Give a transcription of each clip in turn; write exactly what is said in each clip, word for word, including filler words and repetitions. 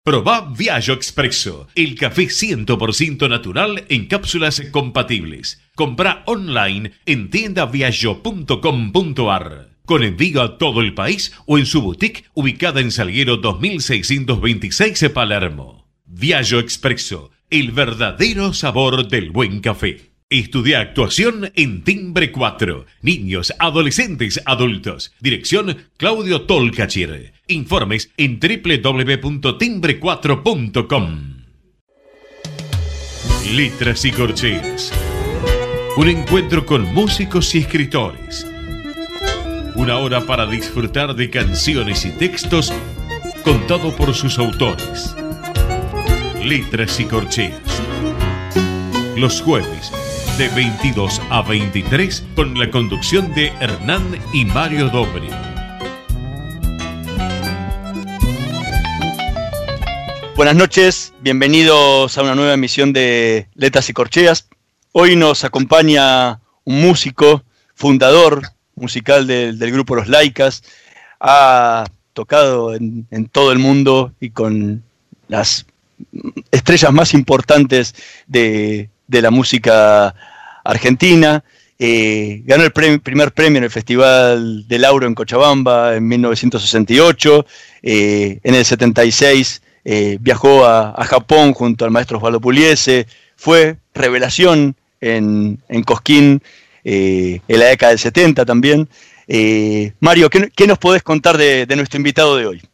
Probá Viaggio Expresso, el café cien por ciento natural en cápsulas compatibles. Comprá online en tienda viaggio punto com punto ar. Con envío a todo el país o en su boutique ubicada en Salguero dos mil seiscientos veintiséis, Palermo. Viaggio Expresso, el verdadero sabor del buen café. Estudia actuación en Timbre cuatro. Niños, adolescentes, adultos. Dirección Claudio Tolcachir. Informes en doble u doble u doble u punto timbre cuatro punto com. Letras y corcheas. Un encuentro con músicos y escritores. Una hora para disfrutar de canciones y textos contado por sus autores. Letras y corcheas. Los jueves de veintidós a veintitrés con la conducción de Hernán y Mario Dobri. Buenas noches, bienvenidos a una nueva emisión de Letras y Corcheas. Hoy nos acompaña un músico, fundador musical del, del grupo Los Laicas. Ha tocado en, en todo el mundo y con las estrellas más importantes de, de la música argentina. Eh, ganó el premio, primer premio en el Festival del Lauro en Cochabamba en mil novecientos sesenta y ocho. Eh, en el setenta y seis eh, viajó a, a Japón junto al maestro Osvaldo Pugliese. Fue revelación en, en Cosquín eh, en la década del setenta también. Eh, Mario, ¿qué, ¿qué nos podés contar de, de nuestro invitado de hoy?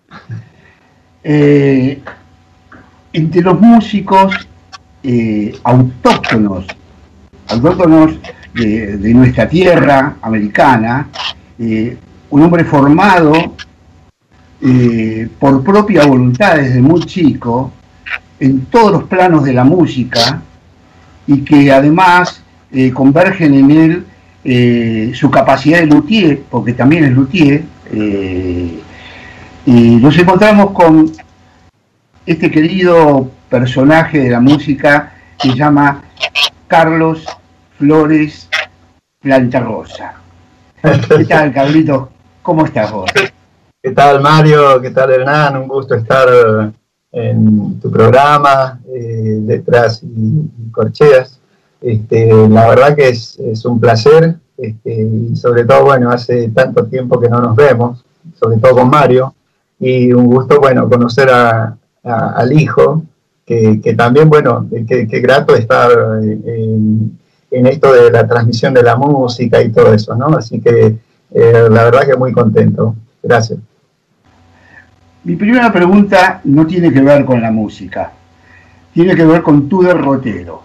Eh, entre los músicos eh, autóctonos, autóctonos de, de nuestra tierra americana, eh, un hombre formado eh, por propia voluntad desde muy chico en todos los planos de la música y que además eh, convergen en él eh, su capacidad de luthier, porque también es luthier, eh, y nos encontramos con este querido personaje de la música que se llama Carlos Flores Plantarrosa. ¿Qué tal, Carlito? ¿Cómo estás vos? ¿Qué tal, Mario? ¿Qué tal, Hernán? Un gusto estar en tu programa, eh, Letras y Corcheas. Este, la verdad que es, es un placer, este, y sobre todo, bueno, hace tanto tiempo que no nos vemos, sobre todo con Mario, y un gusto, bueno, conocer a, a, al hijo, que, que también, bueno, que, que grato estar en, en esto de la transmisión de la música y todo eso, ¿no? Así que eh, la verdad que muy contento. Gracias. Mi primera pregunta no tiene que ver con la música, tiene que ver con tu derrotero.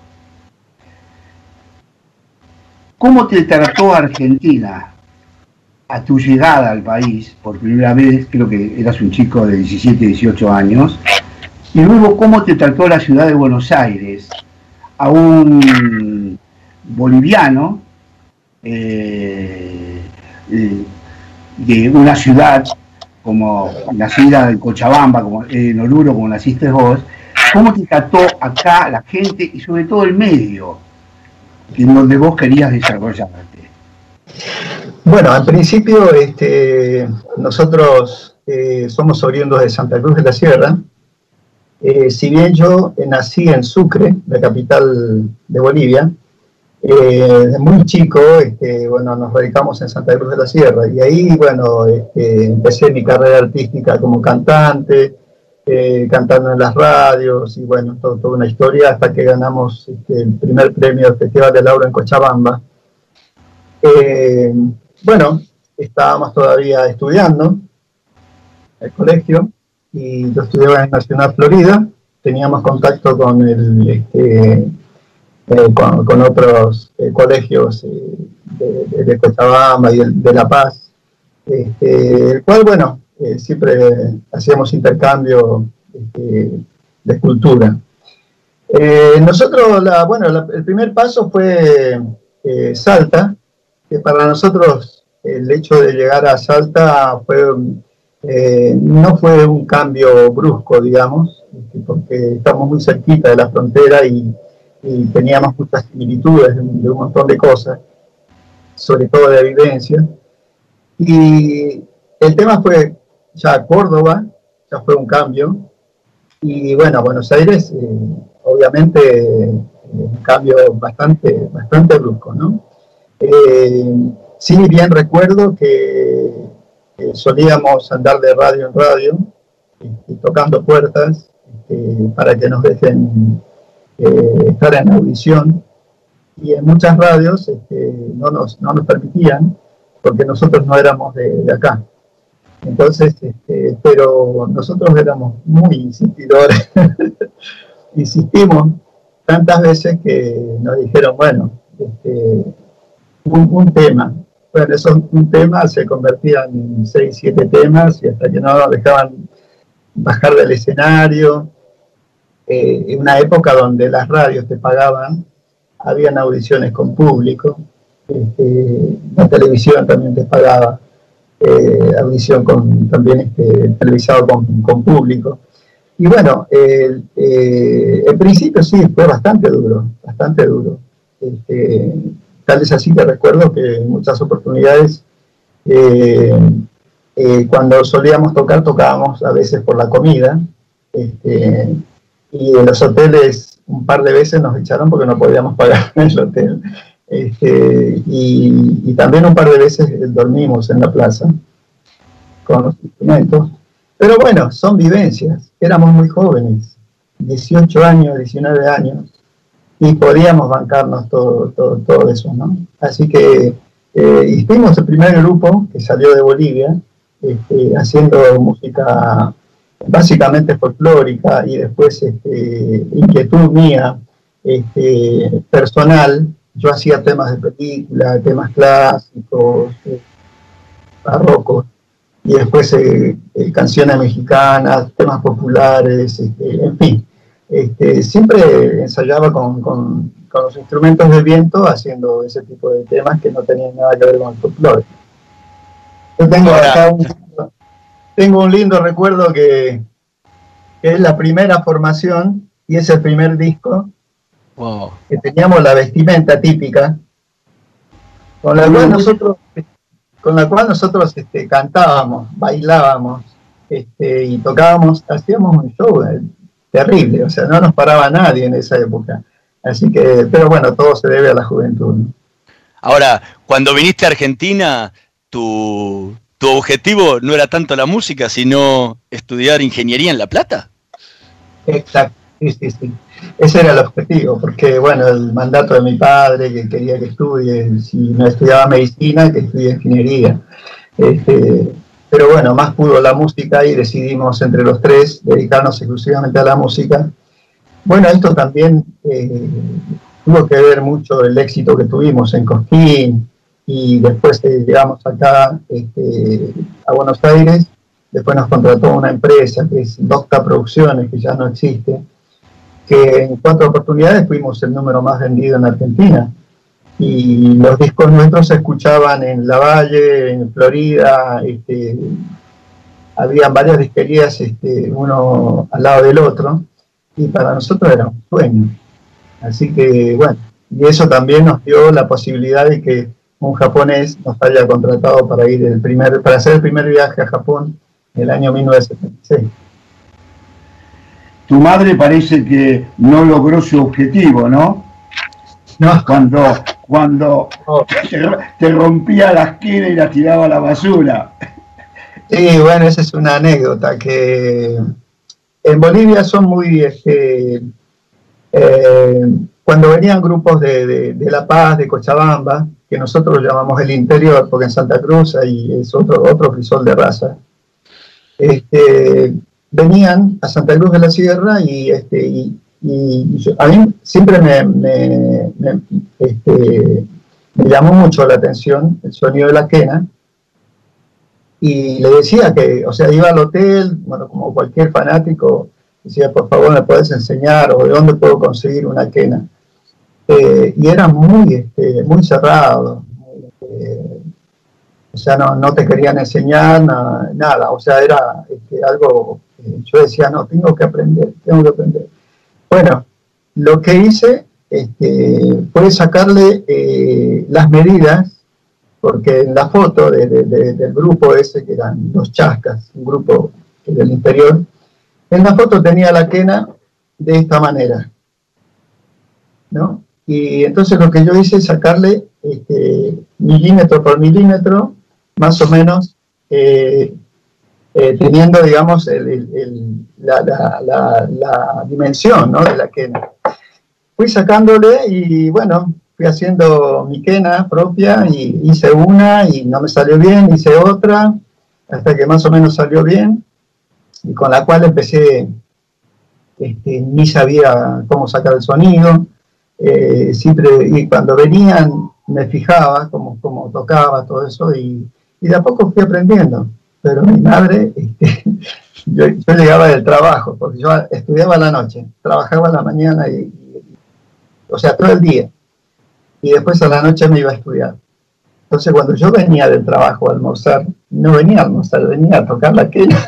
¿Cómo te trató Argentina a tu llegada al país por primera vez? Creo que eras un chico de diecisiete, dieciocho años. Y luego, ¿cómo te trató la ciudad de Buenos Aires a un boliviano eh, eh, de una ciudad como nacida en Cochabamba, como en Oruro, como naciste vos? ¿Cómo te trató acá la gente y sobre todo el medio en donde vos querías desarrollarte? Bueno, al principio este, nosotros eh, somos oriundos de Santa Cruz de la Sierra. Eh, si bien yo eh, nací en Sucre, la capital de Bolivia, eh, desde muy chico, este, bueno, nos radicamos en Santa Cruz de la Sierra y ahí, bueno, este, empecé mi carrera artística como cantante, eh, cantando en las radios y bueno, todo, toda una historia hasta que ganamos este, el primer premio del Festival del Lauro en Cochabamba. Eh, bueno, estábamos todavía estudiando en el colegio y yo estudiaba en Nacional Florida, teníamos contacto con, el, este, eh, con, con otros eh, colegios eh, de, de, de Cochabamba y de, de La Paz, este, el cual, bueno, eh, siempre hacíamos intercambio este, de escultura. Eh, nosotros, la, bueno, la, el primer paso fue eh, Salta, que para nosotros el hecho de llegar a Salta fue, eh, no fue un cambio brusco, digamos, porque estamos muy cerquita de la frontera y, y teníamos muchas similitudes de, de un montón de cosas, sobre todo de vivencia. Y el tema fue ya Córdoba, ya fue un cambio, Y bueno, Buenos Aires, eh, obviamente, eh, un cambio bastante, bastante brusco, ¿no? Eh, sí, bien recuerdo que eh, solíamos andar de radio en radio, este, tocando puertas, este, para que nos dejen eh, estar en audición, y en muchas radios este, no, nos, no nos permitían, porque nosotros no éramos de, de acá. Entonces, este, pero nosotros éramos muy insistidores, insistimos tantas veces que nos dijeron, bueno, este, un, un tema, bueno, esos un tema se convertían en seis, siete temas, y hasta que no nos dejaban bajar del escenario. Eh, en una época donde las radios te pagaban, habían audiciones con público, este, la televisión también te pagaba, eh, audición con, también este, televisado con, con público. Y bueno, eh, eh, en principio sí, fue bastante duro, bastante duro. Este, tal es así que recuerdo que en muchas oportunidades, eh, eh, cuando solíamos tocar, tocábamos a veces por la comida, este, y en los hoteles un par de veces nos echaron porque no podíamos pagar el hotel. Este, y, y también un par de veces dormimos en la plaza con los instrumentos. Pero bueno, son vivencias. Éramos muy jóvenes, dieciocho años, diecinueve años, y podíamos bancarnos todo, todo, todo eso, ¿no? Así que eh, y fuimos el primer grupo que salió de Bolivia, este, haciendo música básicamente folclórica, y después este, inquietud mía, este, personal. Yo hacía temas de película, temas clásicos, eh, barrocos, y después eh, eh, canciones mexicanas, temas populares, este, en fin. Este, siempre ensayaba con, con, con los instrumentos de viento, haciendo ese tipo de temas que no tenían nada que ver con el folclore. Yo tengo acá un, tengo un lindo recuerdo que, que es la primera formación, y es el primer disco. Wow. Que teníamos la vestimenta típica, con la cual nosotros, con la cual nosotros este, cantábamos, bailábamos, este, y tocábamos, hacíamos un show eh, terrible, o sea, no nos paraba nadie en esa época. Así que, pero bueno, todo se debe a la juventud, ¿no? Ahora, cuando viniste a Argentina, tu, tu objetivo no era tanto la música, sino estudiar ingeniería en La Plata. Exacto, sí, sí, sí. Ese era el objetivo, porque bueno, el mandato de mi padre, que quería que estudie, si no estudiaba medicina, que estudie ingeniería. Este, pero bueno, más pudo la música, y decidimos entre los tres dedicarnos exclusivamente a la música. Bueno, esto también eh, tuvo que ver mucho el éxito que tuvimos en Cosquín, y después eh, llegamos acá este, a Buenos Aires. Después nos contrató una empresa que es Docta Producciones, que ya no existe, que en cuatro oportunidades fuimos el número más vendido en Argentina, y los discos nuestros se escuchaban en Lavalle, en Florida, este, había varias disquerías, este, uno al lado del otro, y para nosotros era un sueño. Así que bueno, y eso también nos dio la posibilidad de que un japonés nos haya contratado para ir el primer, para hacer el primer viaje a Japón en el año mil novecientos setenta y seis. Tu madre parece que no logró su objetivo, ¿no? No. Cuando, cuando oh. te, te rompía la esquina y la tiraba a la basura. Sí, bueno, esa es una anécdota, que en Bolivia son muy... Este, eh, cuando venían grupos de, de, de La Paz, de Cochabamba, que nosotros llamamos el interior, porque en Santa Cruz hay, es otro, otro crisol de raza, este... venían a Santa Cruz de la Sierra, y, este, y, y yo, a mí siempre me, me, me, este, me llamó mucho la atención el sonido de la quena, y le decía que, o sea, iba al hotel, bueno, como cualquier fanático, decía, por favor, ¿me puedes enseñar? O ¿de dónde puedo conseguir una quena? Eh, y era muy, este, muy cerrado, muy, eh, o sea, no, no te querían enseñar nada, nada. O sea, era este, algo, eh, yo decía, no, tengo que aprender, tengo que aprender. Bueno, lo que hice este, fue sacarle eh, las medidas, porque en la foto de, de, de, del grupo ese, que eran los Chascas, un grupo del interior, En la foto tenía la quena de esta manera, ¿no? Y entonces lo que yo hice es sacarle este, milímetro por milímetro, más o menos, eh, eh, teniendo, digamos, el, el, el, la, la, la, la dimensión, ¿no?, de la quena. Fui sacándole y, bueno, fui haciendo mi quena propia y hice una y no me salió bien, hice otra, hasta que más o menos salió bien, y con la cual empecé, este, ni sabía cómo sacar el sonido. Eh, siempre, y cuando venían me fijaba cómo, cómo tocaba todo eso y, y de a poco fui aprendiendo, pero mi madre, este, yo, yo llegaba del trabajo, porque yo estudiaba a la noche, trabajaba a la mañana, y, y, o sea, todo el día, y después a la noche me iba a estudiar. Entonces cuando yo venía del trabajo a almorzar, no venía a almorzar, venía a tocar la quena.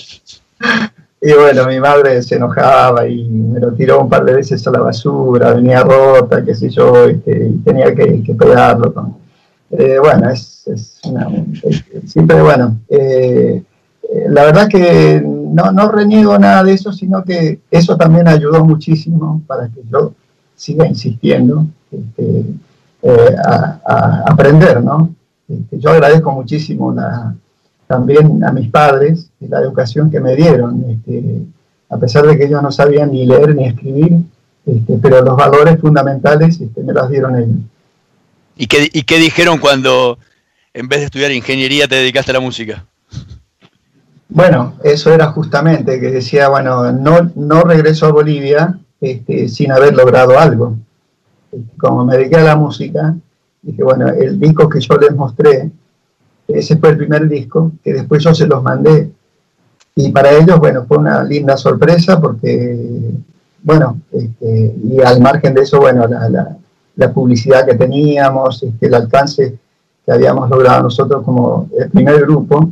Y bueno, mi madre se enojaba y me lo tiró un par de veces a la basura, venía rota, qué sé yo, este, y tenía que, que pegarlo. ¿no? Eh, bueno, es, es una, es, siempre, bueno, eh, eh, la verdad que no, no reniego nada de eso, sino que eso también ayudó muchísimo para que yo siga insistiendo este, eh, a, a aprender, ¿no? Este, yo agradezco muchísimo la... también a mis padres, la educación que me dieron, este, a pesar de que ellos no sabían ni leer ni escribir, este, pero los valores fundamentales este, me los dieron ellos. ¿Y qué, ¿Y qué dijeron cuando, en vez de estudiar ingeniería, te dedicaste a la música? Bueno, eso era justamente, que decía, bueno, no, no regreso a Bolivia este, sin haber logrado algo. Como me dediqué a la música, dije, bueno, el disco que yo les mostré, ese fue el primer disco, que después yo se los mandé. Y para ellos, bueno, fue una linda sorpresa porque, bueno, este, y al margen de eso, bueno, la, la, la publicidad que teníamos, este, el alcance que habíamos logrado nosotros como el primer grupo.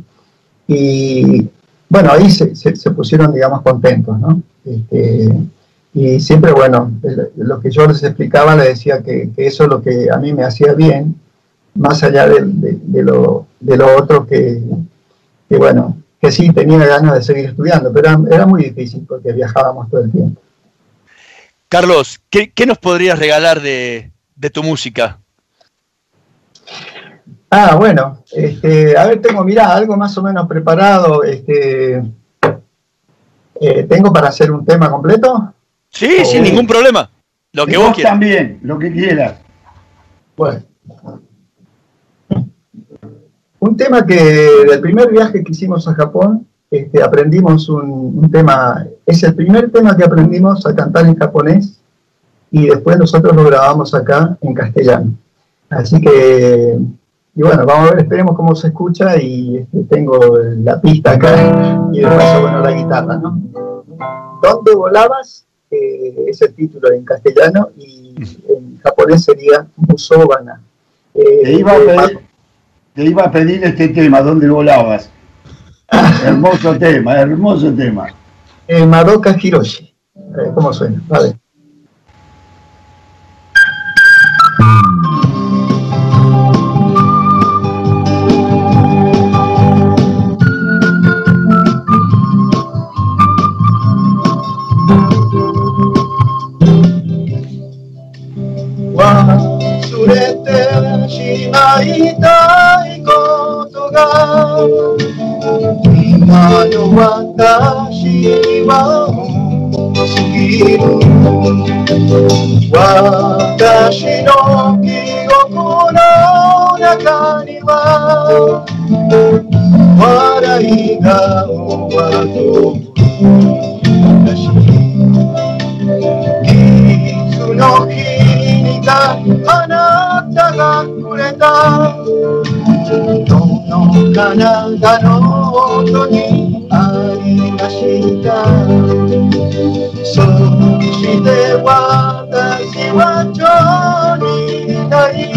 Y, bueno, ahí se, se, se pusieron, digamos, contentos, ¿no? Este, y siempre, bueno, lo que yo les explicaba, les decía que, que eso es lo que a mí me hacía bien, más allá de, de, de, lo, de lo otro que, que, bueno, que sí tenía ganas de seguir estudiando, pero era, era muy difícil porque viajábamos todo el tiempo. Carlos, ¿qué, qué nos podrías regalar de, de tu música? Ah, bueno, este, a ver, tengo, mirá, algo más o menos preparado. Este, eh, ¿tengo para hacer un tema completo? Sí, o, sin ningún problema. Lo que vos quieras. También, lo que quieras. Bueno. Un tema que del primer viaje que hicimos a Japón, este, aprendimos un, un tema, es el primer tema que aprendimos a cantar en japonés y después nosotros lo grabamos acá en castellano. Así que, y bueno, vamos a ver, esperemos cómo se escucha y este, tengo la pista acá y de paso, bueno, la guitarra, ¿no? ¿Dónde volabas? Eh, es el título en castellano y en japonés sería Musobana. Eh, Te iba a pedir... Te iba a pedir este tema, ¿dónde volabas? Hermoso tema, hermoso tema. Eh, Madoka Hiroshi. Eh, ¿Cómo suena? Vale. Wasurete shimaitai koto ga Ima no watashi ni wa sugiru Watashi no kigoko no naka ni wa Warai ga owatu Itsu no hi ni ga anata ga kureta No kanada no oto ni arimashita So shite watashi wa chou ni itai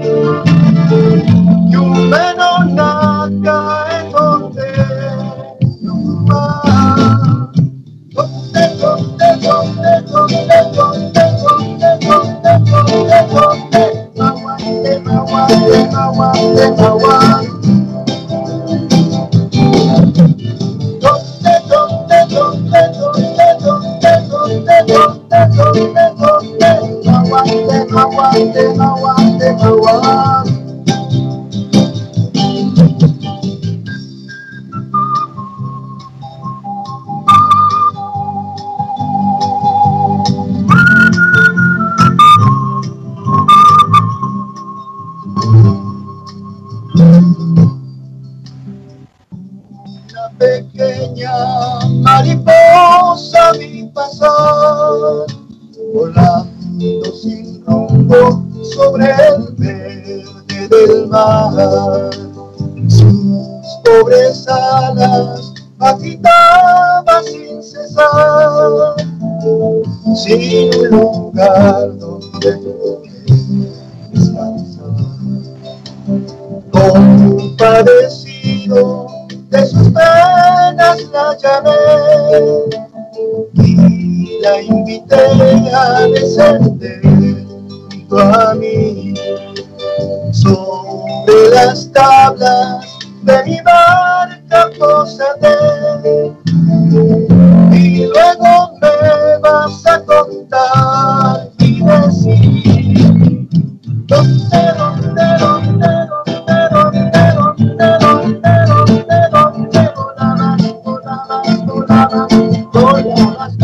Yume no naka e totte wa Totte totte totte totte totte totte totte totte totte Mawate mawate mawate mawate Totte totte totte donde, donde, donde, no aguante, no aguante, no aguante, no aguante. Pequeña mariposa vi pasar, volando sin rumbo sobre el verde del mar. Sus pobres alas agitaba sin cesar, sin un lugar donde descansar. Compadecido de sus penas la llamé y la invité a descender junto a mí sobre las tablas de mi barca posaré y luego me vas a contar y decir dónde, dónde, dónde, dónde, dónde, dónde, dónde, dónde, dónde volabas, volabas, volabas, volabas.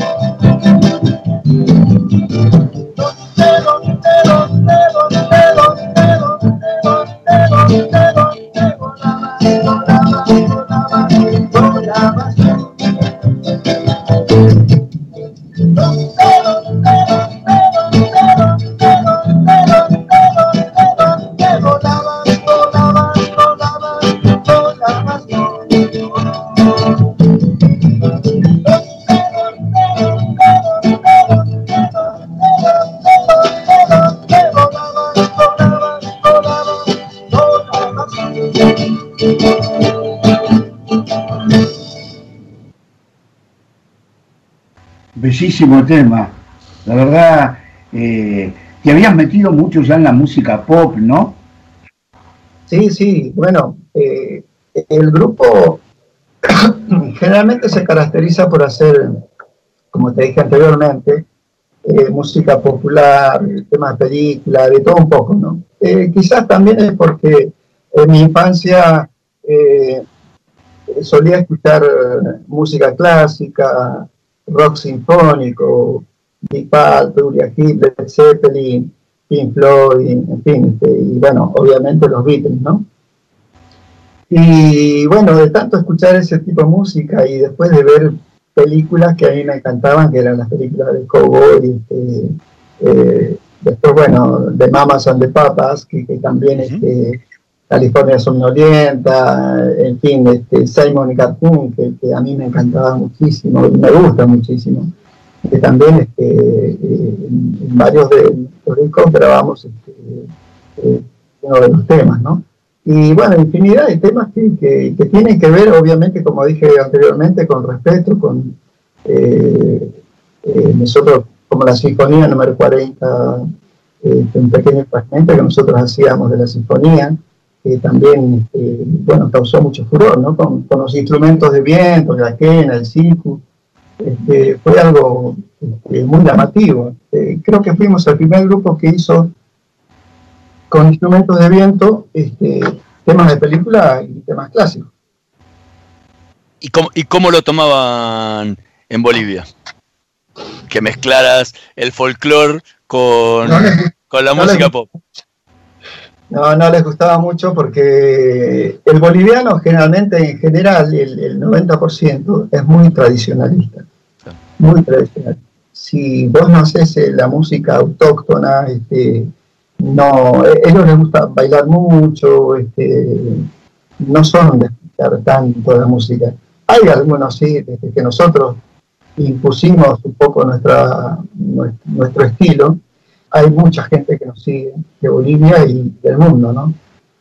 Dónde, dónde, dónde, dónde, dónde, dónde, dónde, dónde, dónde volabas, volabas, volabas, volabas. Bellísimo tema. La verdad, eh, te habías metido mucho ya en la música pop, ¿no? Sí, sí. Bueno, eh, el grupo generalmente se caracteriza por hacer, como te dije anteriormente, eh, música popular, temas de película, de todo un poco, ¿no? Eh, quizás también es porque en mi infancia eh, solía escuchar música clásica, rock sinfónico, Deep Purple, Uriah Heep, Led Zeppelin, Pink Floyd, en fin, este, y bueno, obviamente los Beatles, ¿no? Y bueno, de tanto escuchar ese tipo de música y después de ver películas que a mí me encantaban, que eran las películas de cowboy, este, eh, después, bueno, de Mamas and the Papas, que, que también, este, California Somnolienta, en fin, este, Simon y Garfunkel, que, que a mí me encantaba muchísimo y me gusta muchísimo, que también este, eh, en, en varios de los discos grabamos este, eh, uno de los temas, ¿no? Y bueno, infinidad de temas que, que, que tienen que ver, obviamente, como dije anteriormente, con respeto, con eh, eh, nosotros, como la sinfonía número cuarenta, eh, un pequeño fragmento que nosotros hacíamos de la sinfonía, que también, eh, bueno, causó mucho furor, ¿no? Con, con los instrumentos de viento, la quena, el circo, este, fue algo este, muy llamativo. Eh, creo que fuimos el primer grupo que hizo con instrumentos de viento este, temas de película y temas clásicos. ¿Y cómo, ¿Y cómo lo tomaban en Bolivia? Que mezclaras el folclore con, no les, con la no música les, pop. No, no les gustaba mucho porque el boliviano generalmente, en general, el, el noventa por ciento es muy tradicionalista. Muy tradicional. Si vos no haces la música autóctona, este, no, a ellos les gusta bailar mucho, este, no son de escuchar tanto la música. Hay algunos sí, este, que nosotros impusimos un poco nuestra, nuestro, nuestro estilo. Hay mucha gente que nos sigue de Bolivia y del mundo, ¿no?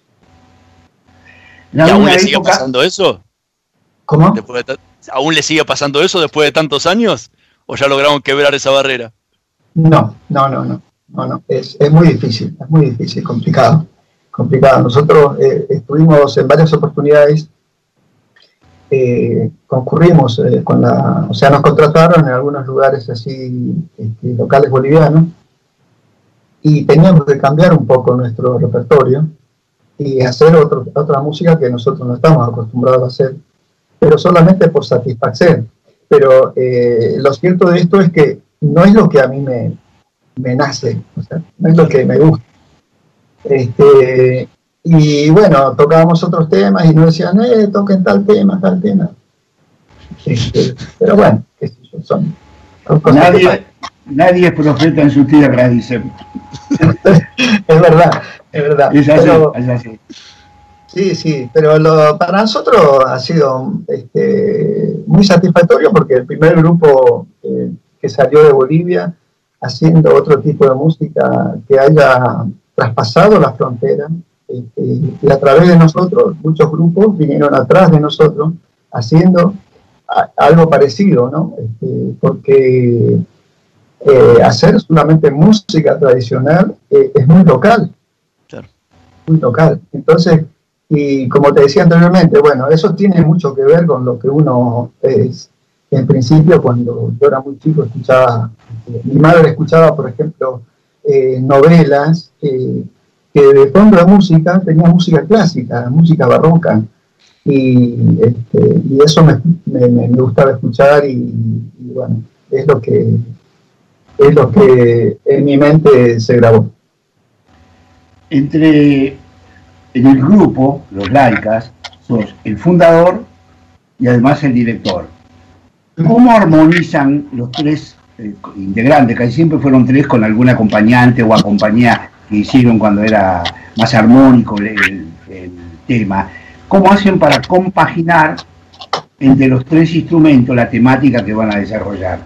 ¿Y aún le sigue época... pasando eso? ¿Cómo? Después de ¿Aún le sigue pasando eso después de tantos años? ¿O ya lograron quebrar esa barrera? No, no, no, no. No, no, es, es muy difícil, es muy difícil, complicado, complicado. Nosotros eh, estuvimos en varias oportunidades eh, concurrimos eh, con la, o sea, nos contrataron en algunos lugares así, este, locales bolivianos, y teníamos que cambiar un poco nuestro repertorio y hacer otro, otra música que nosotros no estamos acostumbrados a hacer, pero solamente por satisfacer. Pero eh, lo cierto de esto es que no es lo que a mí me, me nace, o sea, no es lo que me gusta. Este, y bueno, tocábamos otros temas y nos decían, eh, toquen tal tema, tal tema. Este, pero bueno, qué sé yo, son, son cosas Nadie, que nadie es profeta en su tierra, dicen. es verdad, es verdad. Es así, Pero, es así. sí, sí, pero lo, para nosotros ha sido este, muy satisfactorio porque el primer grupo eh, que salió de Bolivia haciendo otro tipo de música que haya traspasado las fronteras, este, y a través de nosotros muchos grupos vinieron atrás de nosotros haciendo a, algo parecido, ¿no? Este, porque eh, hacer solamente música tradicional eh, es muy local, Claro. muy local. Entonces, y como te decía anteriormente, bueno, eso tiene mucho que ver con lo que uno es. En principio, cuando yo era muy chico, escuchaba, eh, mi madre escuchaba, por ejemplo, eh, novelas, eh, que de fondo de música tenía música clásica, música barroca, y, este, y eso me, me, me gustaba escuchar, y, y bueno, es lo que es lo que en mi mente se grabó. Entre en el grupo, los Laicas, sos el fundador y además el director. ¿Cómo armonizan los tres eh, integrantes? Casi siempre fueron tres con algún acompañante o acompañía que hicieron cuando era más armónico el, el, el tema. ¿Cómo hacen para compaginar entre los tres instrumentos la temática que van a desarrollar?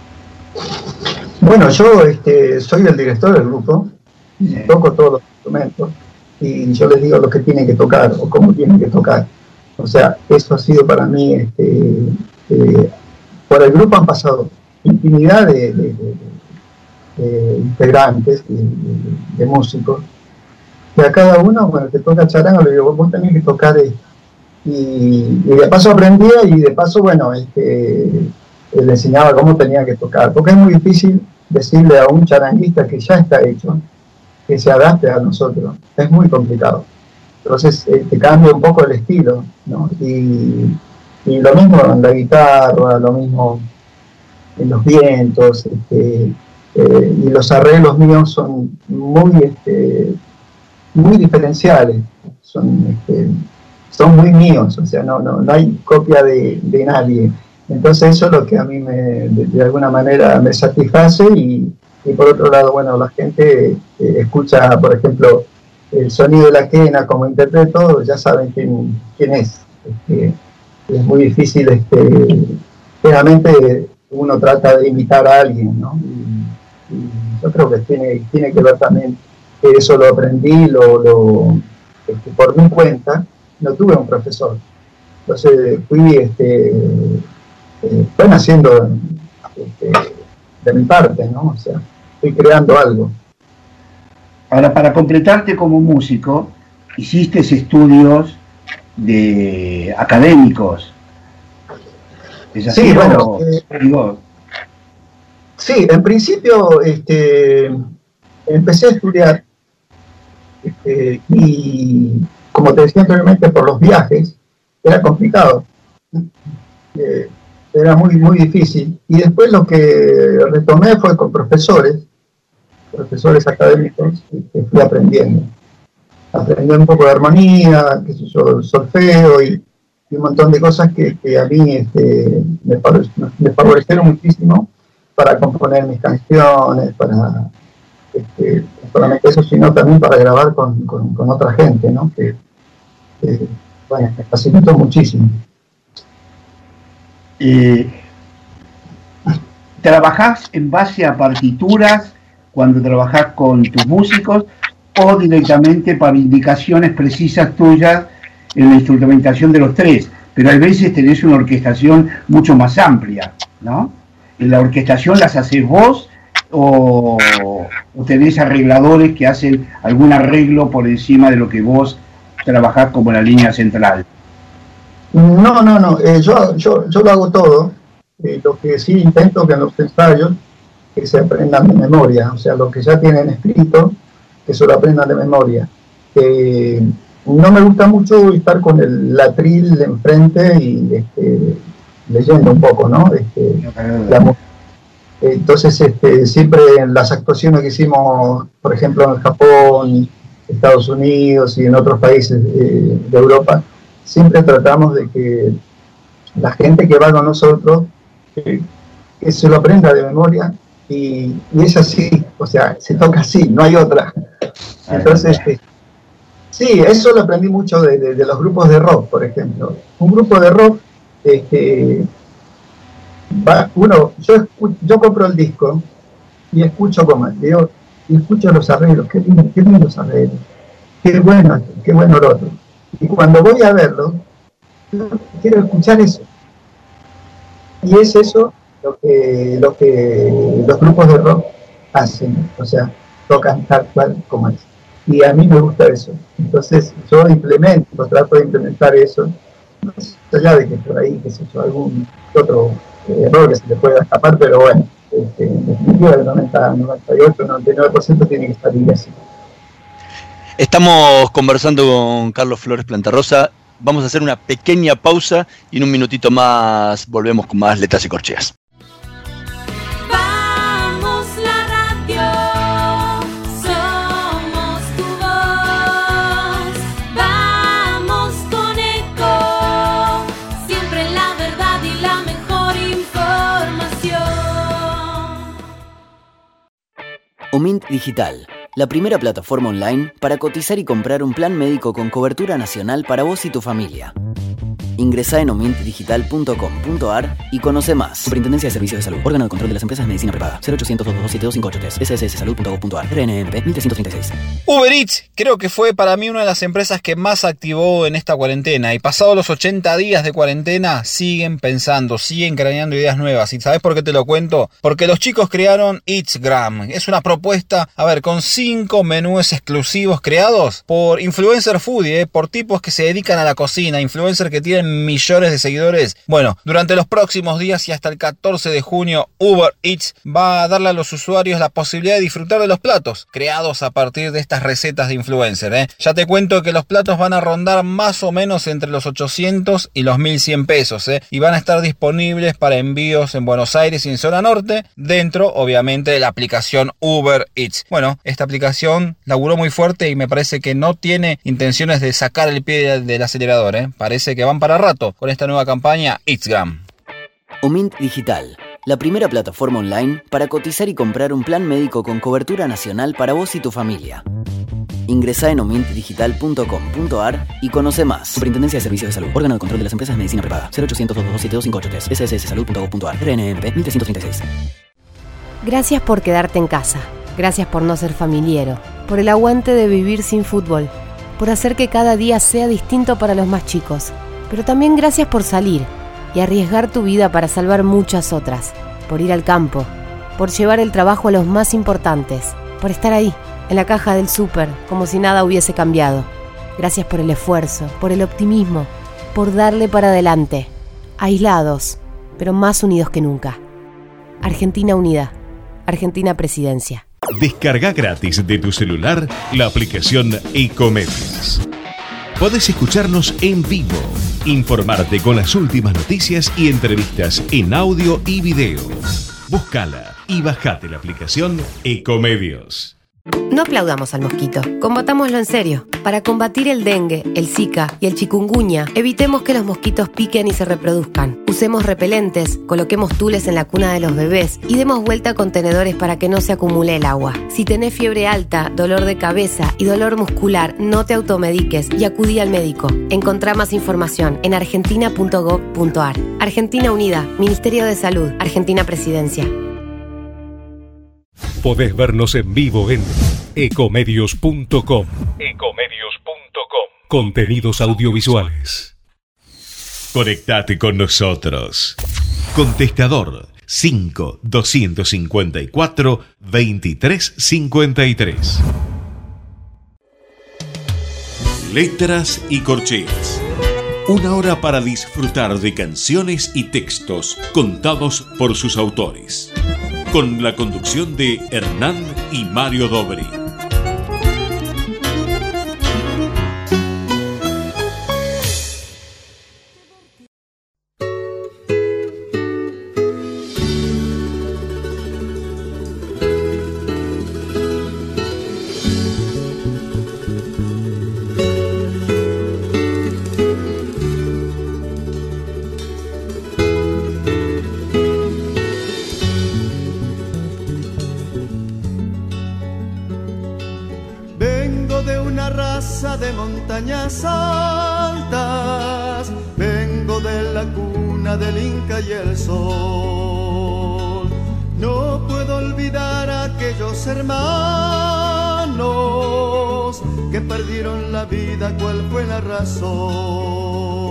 Bueno, yo este, soy el director del grupo, Sí. toco todos los instrumentos y yo les digo lo que tienen que tocar o cómo tienen que tocar. O sea, eso ha sido para mí, este, eh, por el grupo han pasado infinidad de, de, de, de integrantes, de, de, de músicos, y a cada uno, bueno, que toca charango, le digo, vos tenés que tocar esto. Y, y de paso aprendía y de paso, bueno, este, le enseñaba cómo tenía que tocar, porque es muy difícil decirle a un charanguista que ya está hecho, que se adapte a nosotros, es muy complicado. Entonces eh, te cambia un poco el estilo, ¿no? Y, y lo mismo en la guitarra, lo mismo en los vientos, este, eh, y los arreglos míos son muy, este, muy diferenciales, son, este, son muy míos, o sea, no, no, no hay copia de, de nadie. Entonces eso es lo que a mí me, de, de alguna manera me satisface, y, y por otro lado, bueno, la gente eh, escucha, por ejemplo, el sonido de la quena como interpreto, ya saben quién, quién es. Este, es muy difícil, este, realmente uno trata de imitar a alguien, ¿no? Y, y yo creo que tiene, tiene que ver también que eso lo aprendí, lo, lo este, por mi cuenta, no tuve un profesor. Entonces fui, este, eh, fue naciendo este, de mi parte, ¿no? O sea, fui creando algo. Ahora, para completarte como músico, hiciste estudios de académicos. ¿Es así? Sí, o, bueno, eh, digo, sí, en principio este, empecé a estudiar este, y, como te decía anteriormente, por los viajes era complicado, eh, era muy, muy difícil. Y después lo que retomé fue con profesores, profesores académicos, que fui aprendiendo. Aprendí un poco de armonía, qué sé yo, solfeo y, y un montón de cosas que, que a mí este, me, me favorecieron muchísimo para componer mis canciones, para, este, no solamente eso, sino también para grabar con, con, con otra gente, ¿no? Que, que, bueno, me facilitó muchísimo. eh, ¿trabajás en base a partituras cuando trabajás con tus músicos o directamente para indicaciones precisas tuyas en la instrumentación de los tres? Pero a veces tenés una orquestación mucho más amplia, ¿no? ¿En la orquestación las haces vos o, o tenés arregladores que hacen algún arreglo por encima de lo que vos trabajás como la línea central? No, no, no, eh, yo, yo, yo lo hago todo. Eh, lo que sí intento que en los ensayos que se aprendan de memoria, o sea, lo que ya tienen escrito, que se lo aprendan de memoria. Eh, no me gusta mucho estar con el atril enfrente y este, leyendo un poco, ¿no? Este, la, entonces, este, siempre en las actuaciones que hicimos, por ejemplo, en Japón, Estados Unidos y en otros países eh, de Europa, siempre tratamos de que la gente que va con nosotros que, que se lo aprenda de memoria y, y es así, o sea, se toca así, no hay otra. Entonces, eh, sí, eso lo aprendí mucho de, de, de los grupos de rock, por ejemplo. Un grupo de rock, este, va, uno, yo, escucho, yo compro el disco y escucho como digo, y escucho los arreglos, qué lindo, qué lindos arreglos, qué bueno, qué bueno el otro. Y cuando voy a verlo, quiero escuchar eso. Y es eso lo que, lo que los grupos de rock hacen, o sea, tocan tal cual como es. Y a mí me gusta eso. Entonces yo implemento, trato de implementar eso, más allá de que por ahí, qué sé yo, algún otro eh, error que se le pueda escapar, pero bueno, este, en definitiva el noventa, noventa y ocho, noventa y nueve por ciento tiene que estar bien así. Estamos conversando con Carlos Flores Plantarrosa. Vamos a hacer una pequeña pausa y en un minutito más volvemos con más Letras y Corcheas. Vamos la radio, somos tu voz. Vamos con Eco, siempre la verdad y la mejor información. Omint Digital, la primera plataforma online para cotizar y comprar un plan médico con cobertura nacional para vos y tu familia. Ingresá en omint digital punto com punto a r y conoce más. Superintendencia de Servicios de Salud. Órgano de Control de las Empresas de Medicina Prepaga. cero ochocientos, dos dos dos, siete dos cinco ocho tres. s s s salud punto gov punto a r. R N M P mil trescientos treinta y seis. Uber Eats creo que fue para mí una de las empresas que más activó en esta cuarentena. Y pasados los ochenta días de cuarentena, siguen pensando, siguen craneando ideas nuevas. ¿Y sabes por qué te lo cuento? Porque los chicos crearon Eatsgram. Es una propuesta, a ver, con cinco menús exclusivos creados por influencer foodie, eh, por tipos que se dedican a la cocina, influencers que tienen millones de seguidores. Bueno, durante los próximos días y hasta el catorce de junio, Uber Eats va a darle a los usuarios la posibilidad de disfrutar de los platos creados a partir de estas recetas de influencer, ¿eh? Ya te cuento que los platos van a rondar más o menos entre los ochocientos y los mil cien pesos, ¿eh? Y van a estar disponibles para envíos en Buenos Aires y en zona norte, dentro, obviamente, de la aplicación Uber Eats. Bueno, esta aplicación laburó muy fuerte y me parece que no tiene intenciones de sacar el pie del acelerador, ¿eh? Parece que van para rato con esta nueva campaña Eatsgram. Omint Digital, la primera plataforma online para cotizar y comprar un plan médico con cobertura nacional para vos y tu familia. Ingresá en omint digital punto com punto a r y conoce más. Superintendencia de Servicios de Salud. Órgano de Control de las Empresas de Medicina Prepaga. cero ochocientos, dos dos dos, siete dos cinco ocho tres. s s s salud punto gov punto a r. R N M P mil trescientos treinta y seis. Gracias por quedarte en casa. Gracias por no ser familiero. Por el aguante de vivir sin fútbol. Por hacer que cada día sea distinto para los más chicos. Pero también gracias por salir y arriesgar tu vida para salvar muchas otras. Por ir al campo. Por llevar el trabajo a los más importantes. Por estar ahí, en la caja del súper, como si nada hubiese cambiado. Gracias por el esfuerzo, por el optimismo, por darle para adelante. Aislados, pero más unidos que nunca. Argentina unida. Argentina Presidencia. Descarga gratis de tu celular la aplicación Ecomedios. Podés escucharnos en vivo, informarte con las últimas noticias y entrevistas en audio y video. Búscala y bajate la aplicación Ecomedios. No aplaudamos al mosquito, combatámoslo en serio. Para combatir el dengue, el zika y el chikungunya, evitemos que los mosquitos piquen y se reproduzcan. Usemos repelentes, coloquemos tules en la cuna de los bebés y demos vuelta a contenedores para que no se acumule el agua. Si tenés fiebre alta, dolor de cabeza y dolor muscular, no te automediques y acudí al médico. Encontrá más información en argentina punto gov punto a r. Argentina Unida, Ministerio de Salud, Argentina Presidencia. Podés vernos en vivo en ecomedios punto com. ecomedios punto com. Contenidos audiovisuales. Conectate con nosotros. Contestador cinco doscientos cincuenta y cuatro veintitrés cincuenta y tres. Letras y Corcheas. Una hora para disfrutar de canciones y textos contados por sus autores. Con la conducción de Hernán y Mario Dobri. De montañas altas, vengo de la cuna del Inca y el sol. No puedo olvidar a aquellos hermanos que perdieron la vida, ¿cuál fue la razón?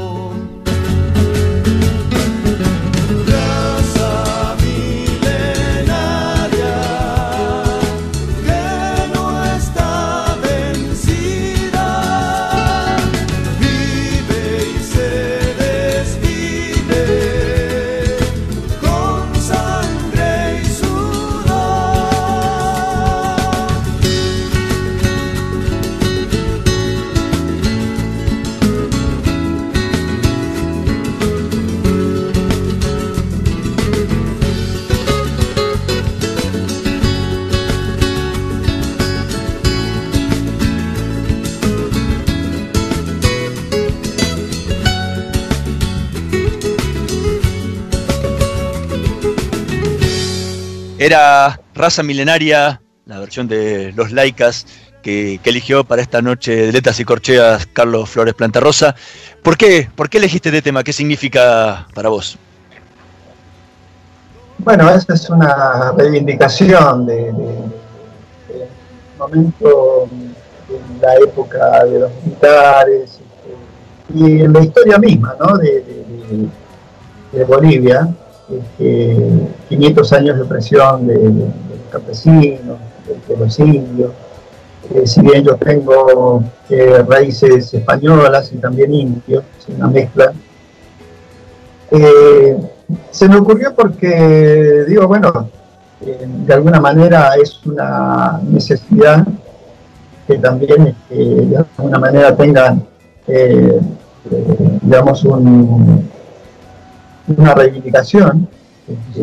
Raza milenaria que no está Era Raza Milenaria, la versión de Los Laicas que, que eligió para esta noche de Letras y Corcheas Carlos Flores Plantarrosa. ¿Por qué? ¿Por qué elegiste este tema? ¿Qué significa para vos? Bueno, esa es una reivindicación de, de, de momento de la época de los militares este, y en la historia misma, ¿no? de, de, de, de Bolivia. Este, quinientos años de opresión de, de, de los campesinos, de, de los indios. Eh, si bien yo tengo eh, raíces españolas y también indios, es una mezcla. Eh, se me ocurrió porque, digo, bueno, eh, de alguna manera es una necesidad que también, este, de alguna manera tengan, eh, eh, digamos, un... una reivindicación, este,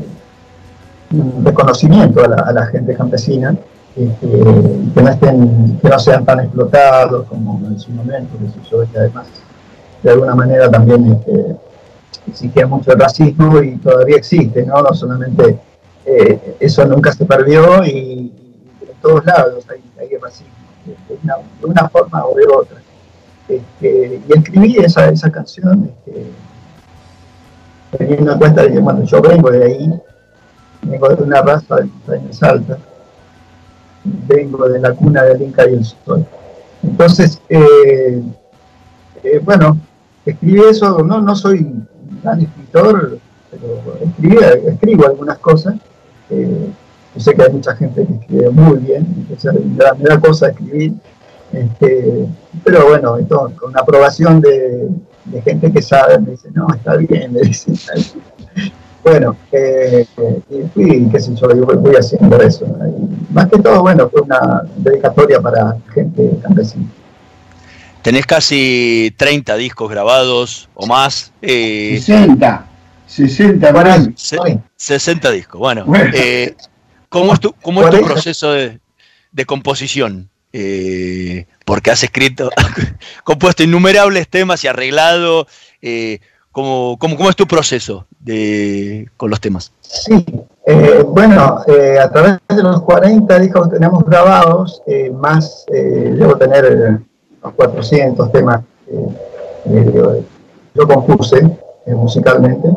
un reconocimiento a la, a la gente campesina, este, que, no estén, que no sean tan explotados como en su momento, que yo, que además de alguna manera también este, existía mucho el racismo y todavía existe, ¿no? No solamente eh, eso nunca se perdió y, y en todos lados hay, hay racismo, de una, de una forma o de otra. Este, y escribí esa, esa canción este, teniendo en cuenta que bueno, yo vengo de ahí, vengo de una raza de montañas altas, vengo de la cuna del Inca y el Sol. Entonces, eh, eh, bueno, escribí eso, no, no soy gran escritor, pero escribí, escribo algunas cosas. Eh, yo sé que hay mucha gente que escribe muy bien, entonces la primera cosa es escribir, este, pero bueno, esto, con una aprobación de de gente que sabe, me dice, no, está bien, me dice, está bien. Bueno, eh, y fui, qué sé yo, yo voy haciendo eso. Y más que todo, bueno, fue una dedicatoria para gente campesina. Tenés casi treinta discos grabados o más. Eh, sesenta, sesenta, bueno, se, sesenta discos, bueno. bueno. Eh, ¿Cómo es tu, cómo es tu proceso de, de composición? Eh, porque has escrito, compuesto innumerables temas y arreglado. Eh, ¿cómo, cómo, ¿Cómo es tu proceso de, con los temas? Sí, eh, bueno, eh, a través de los cuarenta discos que tenemos grabados, eh, más eh, debo tener eh, unos cuatrocientos temas eh, eh, yo, yo compuse eh, musicalmente.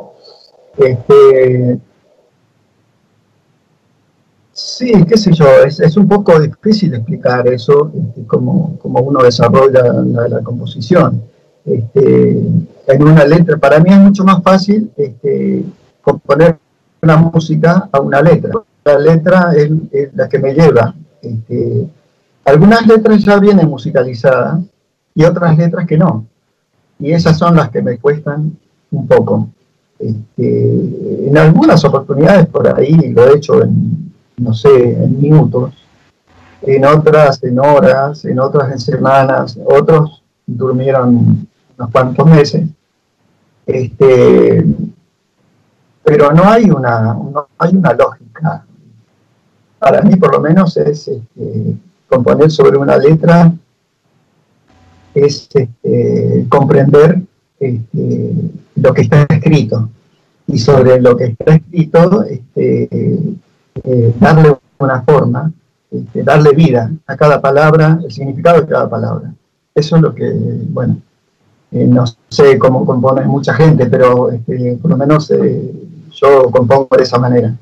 Este, Sí, qué sé yo, es, es un poco difícil explicar eso, este, cómo, cómo uno desarrolla la, la composición. Este, en una letra, para mí es mucho más fácil este, componer una música a una letra. La letra es, es la que me lleva. Este, algunas letras ya vienen musicalizadas y otras letras que no. y esas son las que me cuestan un poco. Este, en algunas oportunidades por ahí lo he hecho en, no sé, en minutos, en otras en horas, en otras en semanas, otros durmieron unos cuantos meses. Este, pero no hay una, no hay una lógica. Para mí, por lo menos, es este, componer sobre una letra, es este, comprender este, lo que está escrito, y sobre lo que está escrito este, eh, darle una forma, este, darle vida a cada palabra, el significado de cada palabra. Eso es lo que, bueno, eh, no sé cómo compone mucha gente, pero este, por lo menos eh, yo compongo de esa manera.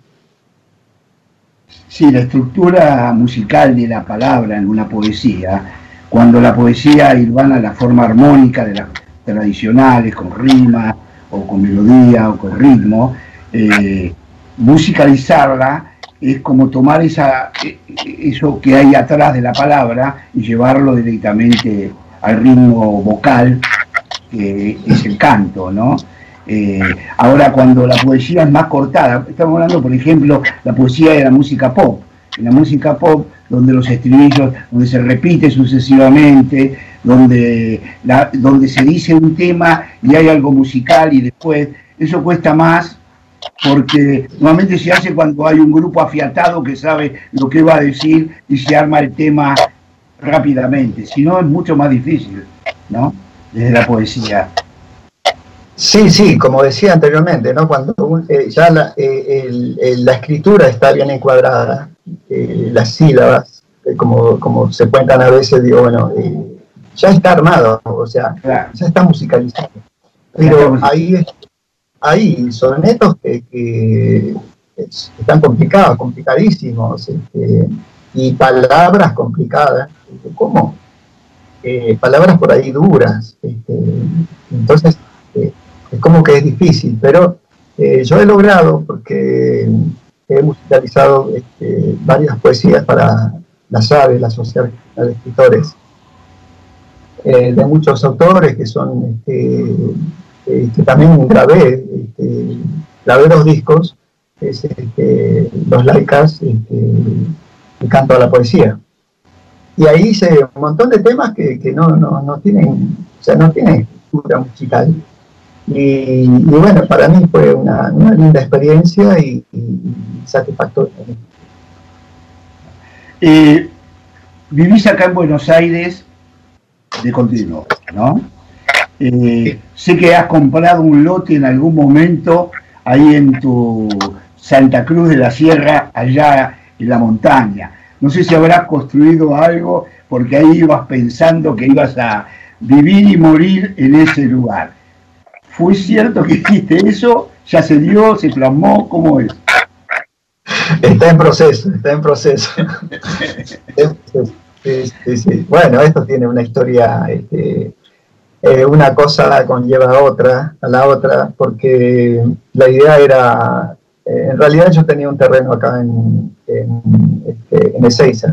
Sí, la estructura musical de la palabra en una poesía, cuando la poesía hilvana la forma armónica de las tradicionales, con rima, o con melodía, o con ritmo, eh, musicalizarla es como tomar esa, eso que hay atrás de la palabra y llevarlo directamente al ritmo vocal, que es el canto, ¿no? Eh, ahora, cuando la poesía es más cortada, estamos hablando, por ejemplo, la poesía de la música pop. En la música pop, donde los estribillos, donde se repite sucesivamente, donde, la, donde se dice un tema y hay algo musical y después, eso cuesta más, porque normalmente se hace cuando hay un grupo afiatado que sabe lo que va a decir y se arma el tema rápidamente. Si no, es mucho más difícil, ¿no? Desde la poesía. Sí, sí, como decía anteriormente, ¿no? Cuando eh, ya la, eh, el, el, la escritura está bien encuadrada, eh, las sílabas, eh, como, como se cuentan a veces, digo, bueno, eh, ya está armado, o sea, claro, ya está musicalizado. Pero ahí, hay sonetos que, que están complicados, complicadísimos, este, y palabras complicadas. ¿Cómo? Eh, palabras por ahí duras. Este, entonces, eh, es como que es difícil, pero eh, yo he logrado, porque he musicalizado este, varias poesías para las aves, la Sociedad de Escritores, eh, de muchos autores que son, este, eh, que también grabé, este, grabé dos discos, es, este, Los Laicas, este, el canto a la poesía. Y ahí hice un montón de temas que, que no, no, no tienen, o sea, no tienen estructura musical. Y, y bueno, para mí fue una, una linda experiencia y, y satisfactoria. Eh, vivís acá en Buenos Aires de continuo, ¿no? Eh, sé que has comprado un lote en algún momento ahí en tu Santa Cruz de la Sierra, allá en la montaña. No sé si habrás construido algo, porque ahí ibas pensando que ibas a vivir y morir en ese lugar. ¿Fue cierto que hiciste eso? ¿Ya se dio? ¿Se plasmó? ¿Cómo es? Está en proceso, está en proceso. Sí, sí, sí. Bueno, esto tiene una historia, este, eh, una cosa conlleva a otra, a la otra, porque la idea era, eh, en realidad yo tenía un terreno acá en, en, este, en Ezeiza,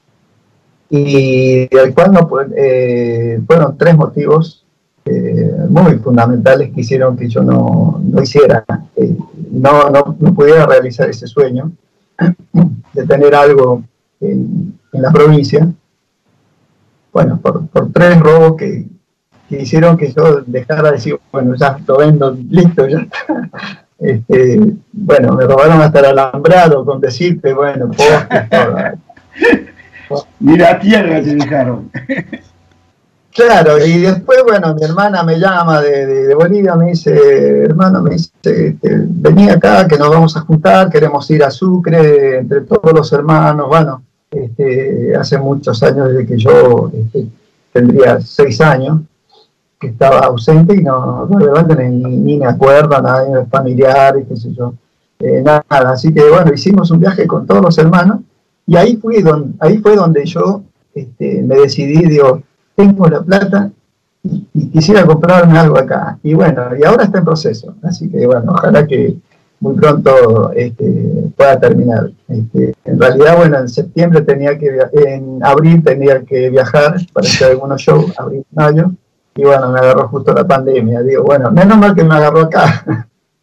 y del cual no, eh, fueron tres motivos eh, muy fundamentales que hicieron que yo no, no hiciera, eh, no, no, no pudiera realizar ese sueño de tener algo en, en la provincia. Bueno, por, por tres robos que, que hicieron que yo dejara de decir, bueno, ya lo vendo, listo, ya está. Este, bueno, me robaron hasta el alambrado, con decirte, bueno, postes, todo. Mira, tierra te dejaron. Claro, y después, bueno, mi hermana me llama de, de, de Bolivia, me dice, hermano, me dice, este, vení acá, que nos vamos a juntar, queremos ir a Sucre, entre todos los hermanos. Bueno, este, hace muchos años, desde que yo este, tendría seis años, que estaba ausente y no, no ni, ni me acuerdo, nadie de familiares, qué sé yo, eh, nada. Así que, bueno, hicimos un viaje con todos los hermanos, y ahí, fui donde, ahí fue donde yo este, me decidí, digo, tengo la plata y, y quisiera comprarme algo acá. Y bueno, y ahora está en proceso. Así que bueno, ojalá que muy pronto este, pueda terminar. Este, en realidad, bueno, en septiembre tenía que, en abril tenía que viajar para hacer algunos shows, abril, mayo, y bueno, me agarró justo la pandemia. Digo, bueno, menos mal que me agarró acá.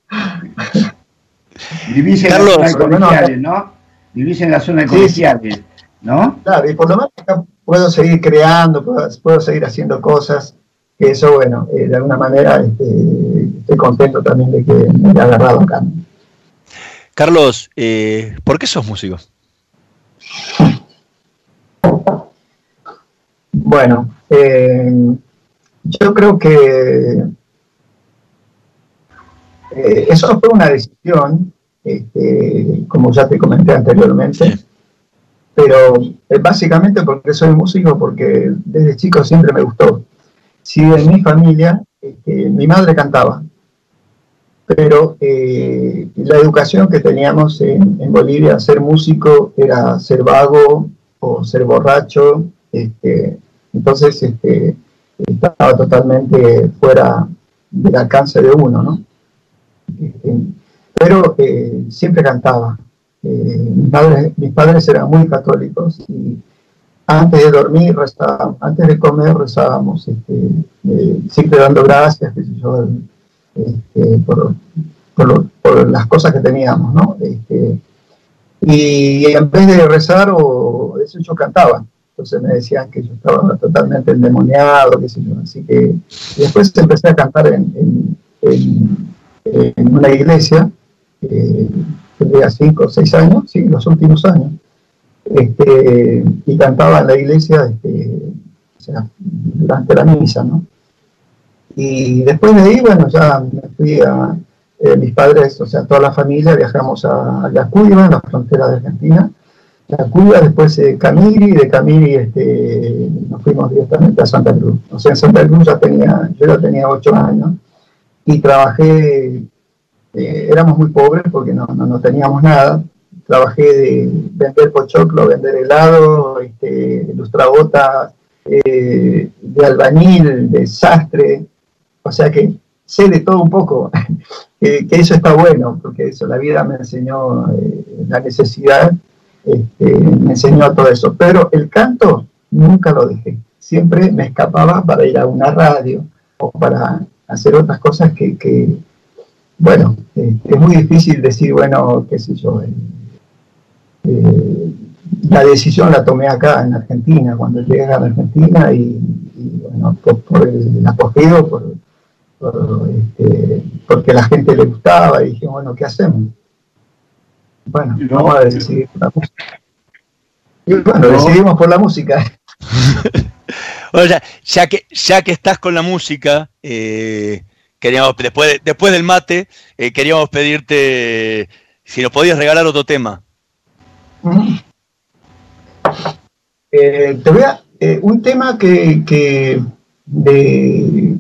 Vivís en Carlos, la zona de colegiales, ¿no? Vivís en la zona de colegiales, ¿no? Claro, y por lo menos acá puedo seguir creando, puedo, puedo seguir haciendo cosas, que eso, bueno, eh, de alguna manera este, estoy contento también de que me haya agarrado acá. Carlos, eh, ¿por qué sos músico? Bueno, eh, yo creo que eh, eso fue una decisión, este, como ya te comenté anteriormente, pero eh, básicamente porque soy músico, porque desde chico siempre me gustó. Sí, en mi familia, este, mi madre cantaba, pero eh, la educación que teníamos en, en Bolivia, ser músico era ser vago o ser borracho, este, entonces este, estaba totalmente fuera del alcance de uno, ¿no? Este, pero eh, siempre cantaba. Eh, mis, padres, mis padres eran muy católicos y antes de dormir rezábamos, antes de comer rezábamos, este, eh, siempre dando gracias, qué sé yo, este, por, por, lo, por las cosas que teníamos, ¿no? Este, y en vez de rezar o eso yo cantaba. Entonces me decían que yo estaba totalmente endemoniado, qué sé yo, así que y después empecé a cantar en, en, en, en una iglesia, eh, tendría cinco o seis años, sí, los últimos años, este, y cantaba en la iglesia, este, o sea, durante la misa, ¿no? Y después de ahí, bueno, ya me fui a, eh, mis padres, o sea, toda la familia, viajamos a Yacuiba, en la frontera de Argentina, Yacuiba, después eh, Camiri, de Camiri este, nos fuimos directamente a Santa Cruz. O sea, en Santa Cruz ya tenía, yo ya tenía ocho años y trabajé, eh, éramos muy pobres porque no, no, no teníamos nada. Trabajé de vender pochoclo, vender helado, este, lustrabotas, eh, de albañil, de sastre, o sea que sé de todo un poco, que, que eso está bueno, porque eso, la vida me enseñó eh, la necesidad. Este, me enseñó todo eso, pero el canto nunca lo dejé, siempre me escapaba para ir a una radio o para hacer otras cosas que, que bueno, eh, es muy difícil decir, bueno, qué sé yo, eh, eh, la decisión la tomé acá en Argentina, cuando llegué a la Argentina y, y bueno, por, por el acogido, por, por, este, porque a la gente le gustaba y dije, bueno, ¿qué hacemos? Bueno, no, vamos a decidir por la música. Y bueno, no. decidimos por la música. O sea, ya que, ya que estás con la música, eh, queríamos, después, de, después del mate, eh, queríamos pedirte si nos podías regalar otro tema. Mm. Eh, te voy a... Eh, un tema que, que de,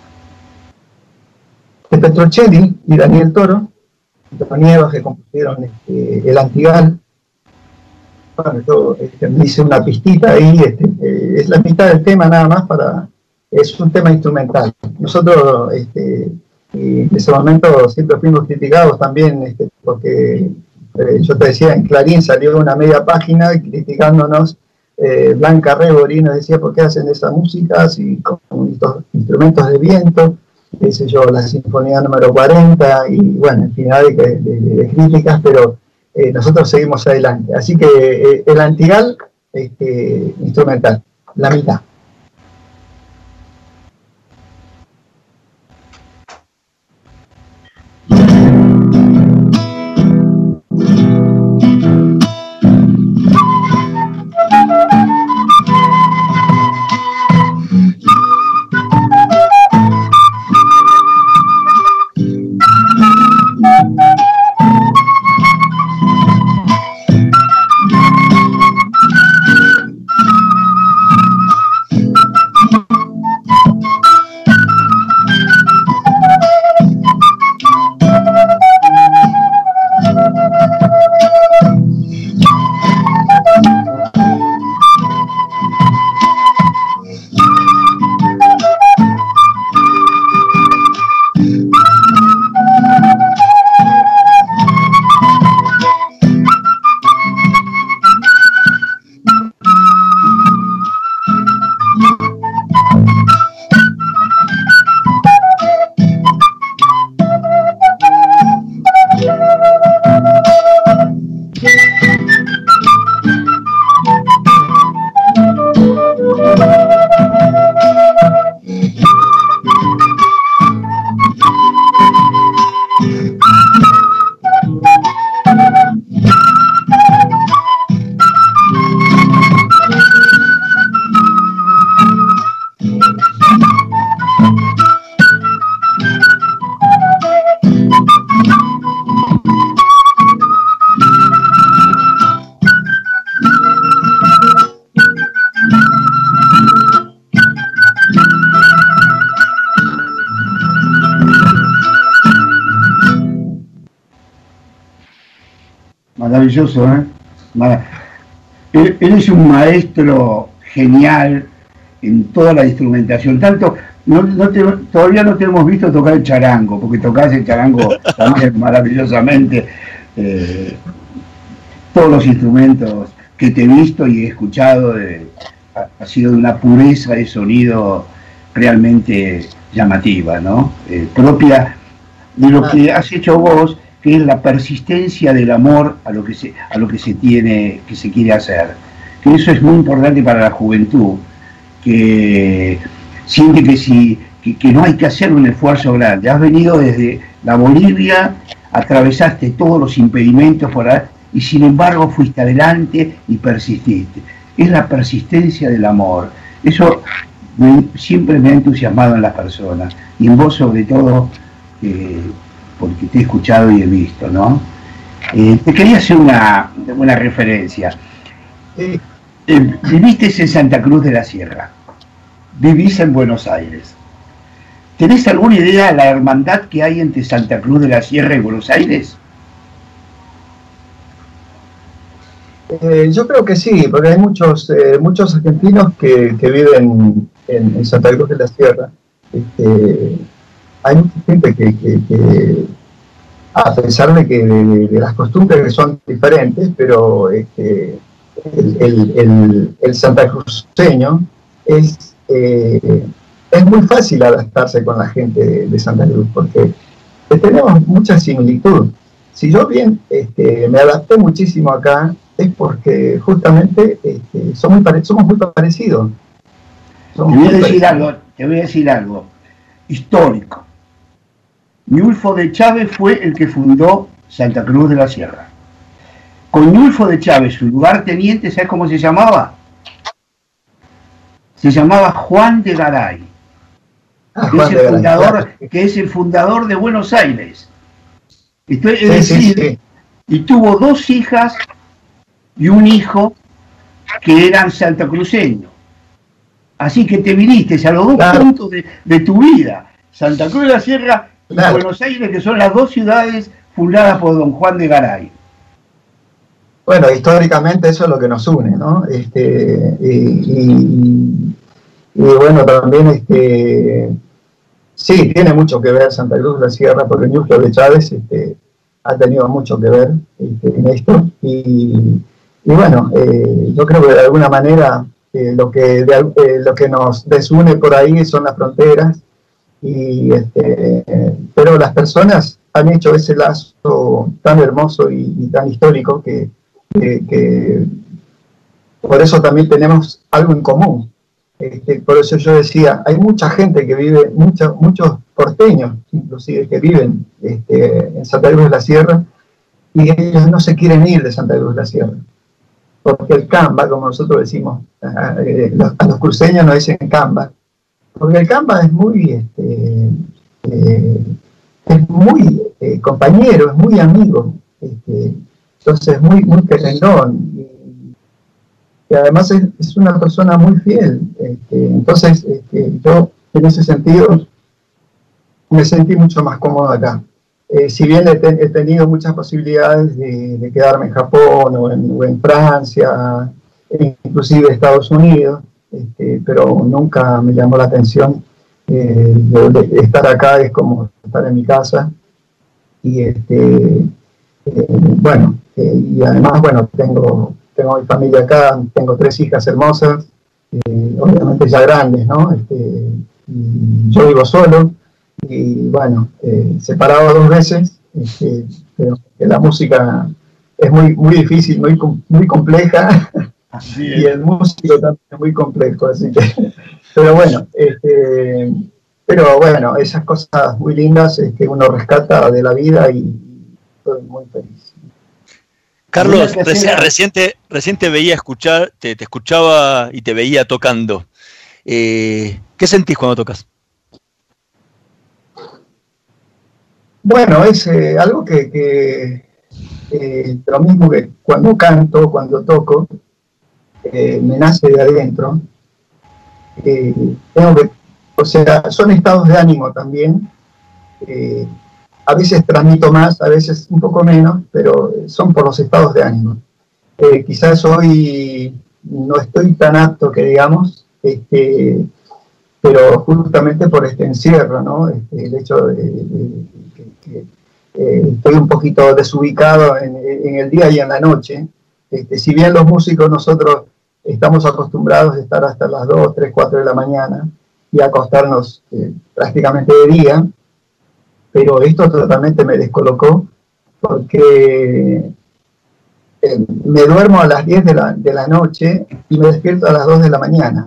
de Petrocelli y Daniel Toro, los Nievas, que compusieron este, El Antigal. Bueno, yo este, me hice una pistita ahí, este, eh, es la mitad del tema nada más, para es un tema instrumental. Nosotros este, en ese momento siempre fuimos criticados también, este, porque eh, yo te decía, en Clarín salió una media página criticándonos, eh, Blanca Rebori nos decía, ¿por qué hacen esa música si con estos instrumentos de viento? Qué sé yo, la sinfonía número cuarenta, y bueno, en fin, de, de, de, de críticas, pero eh, nosotros seguimos adelante. Así que eh, el Antigal, este, instrumental, la mitad. Maravilloso, ¿eh? Mar- él, él es un maestro genial en toda la instrumentación. Tanto, no, no te- todavía no te hemos visto tocar el charango, porque tocás el charango también maravillosamente. Eh, todos los instrumentos que te he visto y he escuchado eh, ha, ha sido de una pureza de sonido realmente llamativa, ¿no? Eh, propia de lo que has hecho vos, que es la persistencia del amor a lo que se, a lo que se tiene, que se quiere hacer. Que eso es muy importante para la juventud, que siente que si, que, que no hay que hacer un esfuerzo grande. Has venido desde la Bolivia, atravesaste todos los impedimentos por ahí, y sin embargo fuiste adelante y persististe. Es la persistencia del amor. Eso me- siempre me ha entusiasmado en las personas, y en vos sobre todo, eh, porque te he escuchado y he visto, ¿no? Eh, te quería hacer una, una referencia. Eh, eh, viviste en Santa Cruz de la Sierra, vivís en Buenos Aires. ¿Tenés alguna idea de la hermandad que hay entre Santa Cruz de la Sierra y Buenos Aires? Eh, yo creo que sí, porque hay muchos eh, muchos argentinos que, que viven en, en Santa Cruz de la Sierra. Este, hay mucha gente que, que- que, a pesar de que de, de las costumbres que son diferentes, pero este, el, el, el, el santacruceño es, eh, es muy fácil adaptarse con la gente de, de Santa Cruz, porque tenemos mucha similitud. Si yo bien este, me adapté muchísimo acá, es porque justamente este, somos, muy pare- somos muy parecidos. Somos Te voy a muy decir parecidos. algo, te voy a decir algo histórico. Ñulfo de Chávez fue el que fundó Santa Cruz de la Sierra. Con Ñulfo de Chávez, su lugarteniente, ¿sabes cómo se llamaba? Se llamaba Juan de Garay, Ah, que, Juan es de el Garay, fundador, claro. que es el fundador de Buenos Aires. Esto es Sí, decir, sí, sí. y tuvo dos hijas y un hijo que eran santacruceños. Así que te viniste a los dos Claro. puntos de, de tu vida, Santa Cruz de la Sierra y Claro. Buenos Aires, que son las dos ciudades fundadas por don Juan de Garay. Bueno, históricamente eso es lo que nos une, ¿no? Este, y, y- y bueno, también este, sí, tiene mucho que ver Santa Cruz de la Sierra, porque Ñuflo de Chávez este, ha tenido mucho que ver este, en esto. Y, y bueno, eh, yo creo que de alguna manera eh, lo, que, de al- eh, lo que nos desune por ahí son las fronteras, y, este, pero las personas han hecho ese lazo tan hermoso y, y tan histórico que, que- que por eso también tenemos algo en común. Este, por eso yo decía, hay mucha gente que vive, mucha- muchos porteños inclusive que viven este, en Santa Cruz de la Sierra, y ellos no se quieren ir de Santa Cruz de la Sierra, porque el Camba, como nosotros decimos, a, eh, los- a los cruceños nos dicen Camba, porque el Camba es muy, este, eh, es muy eh, compañero, es muy amigo, este, entonces es muy, muy querendón, y, y además es, es una persona muy fiel. Este, entonces este, yo en ese sentido me sentí mucho más cómodo acá. Eh, si bien he, te- he tenido muchas posibilidades de, de quedarme en Japón o en, o en Francia, e inclusive Estados Unidos, este, pero nunca me llamó la atención. Eh, de, de estar acá es como estar en mi casa. Y este, eh, bueno, eh, y además, bueno, tengo, tengo mi familia acá, tengo tres hijas hermosas, eh, obviamente ya grandes, ¿no? Este, y yo vivo solo, y bueno, eh, separado dos veces, este, pero que la música es muy, muy difícil, muy, muy compleja, Así y es. el músico también es muy complejo, así que, pero bueno, este, pero bueno, esas cosas muy lindas es que uno rescata de la vida y estoy muy feliz. Carlos, Mira que reci- sea- reciente, reciente veía escuchar, te, te escuchaba y te veía tocando. Eh, ¿Qué sentís cuando tocas? Bueno, es eh, algo que, que eh, lo mismo que cuando canto, cuando toco, eh, me nace de adentro. Eh, tengo que, o sea, son estados de ánimo también. Eh, a veces transmito más, a veces un poco menos, pero son por los estados de ánimo. Eh, quizás hoy no estoy tan apto que digamos, este, pero justamente por este encierro, ¿no? Este, el hecho de, de- que, que, eh, estoy un poquito desubicado en, en el día y en la noche. Este, si bien los músicos nosotros estamos acostumbrados a estar hasta las dos, tres, cuatro de la mañana y acostarnos eh, prácticamente de día, pero esto totalmente me descolocó porque eh, me duermo a las diez de la, de la noche y me despierto a las dos de la mañana.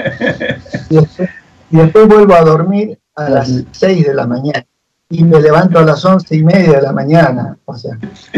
Y después, y después vuelvo a dormir a las seis de la mañana y me levanto a las once y media de la mañana. O sea,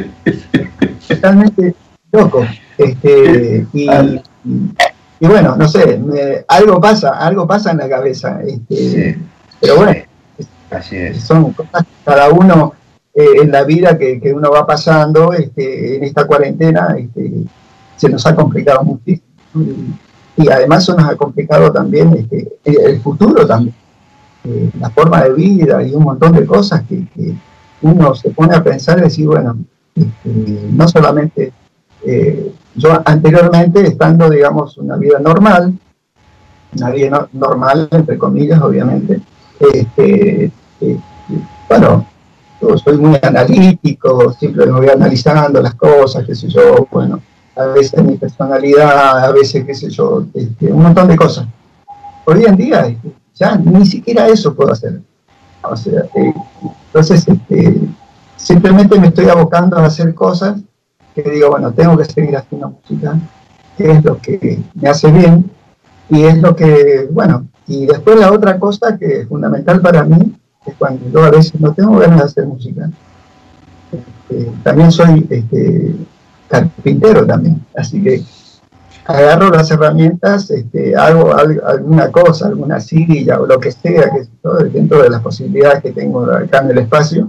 totalmente loco. Este, y, y, y bueno, no sé, me, algo pasa, algo pasa en la cabeza. Este, Sí. Pero bueno, Así es. son cosas que cada uno eh, en la vida que, que uno va pasando, este, en esta cuarentena, este, se nos ha complicado muchísimo. Y, y además se nos ha complicado también este, el, el futuro también, eh, la forma de vida y un montón de cosas que, que uno se pone a pensar y decir, bueno, este, no solamente eh, yo anteriormente estando, digamos, una vida normal, una vida no, normal, entre comillas, obviamente, este, eh, bueno, yo soy muy analítico, siempre me voy analizando las cosas, qué sé yo, bueno, a veces mi personalidad, a veces, qué sé yo, este, un montón de cosas. Hoy en día, este, ya ni siquiera eso puedo hacer. O sea, eh, entonces, este, simplemente me estoy abocando a hacer cosas que digo, bueno, tengo que seguir haciendo música, que es lo que me hace bien, y es lo que, bueno, y después la otra cosa que es fundamental para mí, es cuando yo a veces no tengo ganas de hacer música. Este, también soy este, carpintero también, así que agarro las herramientas, este, hago al, alguna cosa, alguna silla o lo que sea, que ¿no? dentro de las posibilidades que tengo acá en el espacio.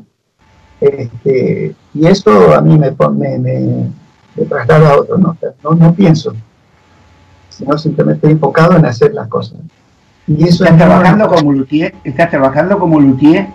Este, y eso a mí me, me, me, me traslada a otro, ¿no? No, no pienso, sino simplemente enfocado en hacer las cosas. Y eso ¿Estás es trabajando bueno. como luthier? ¿Estás trabajando como luthier?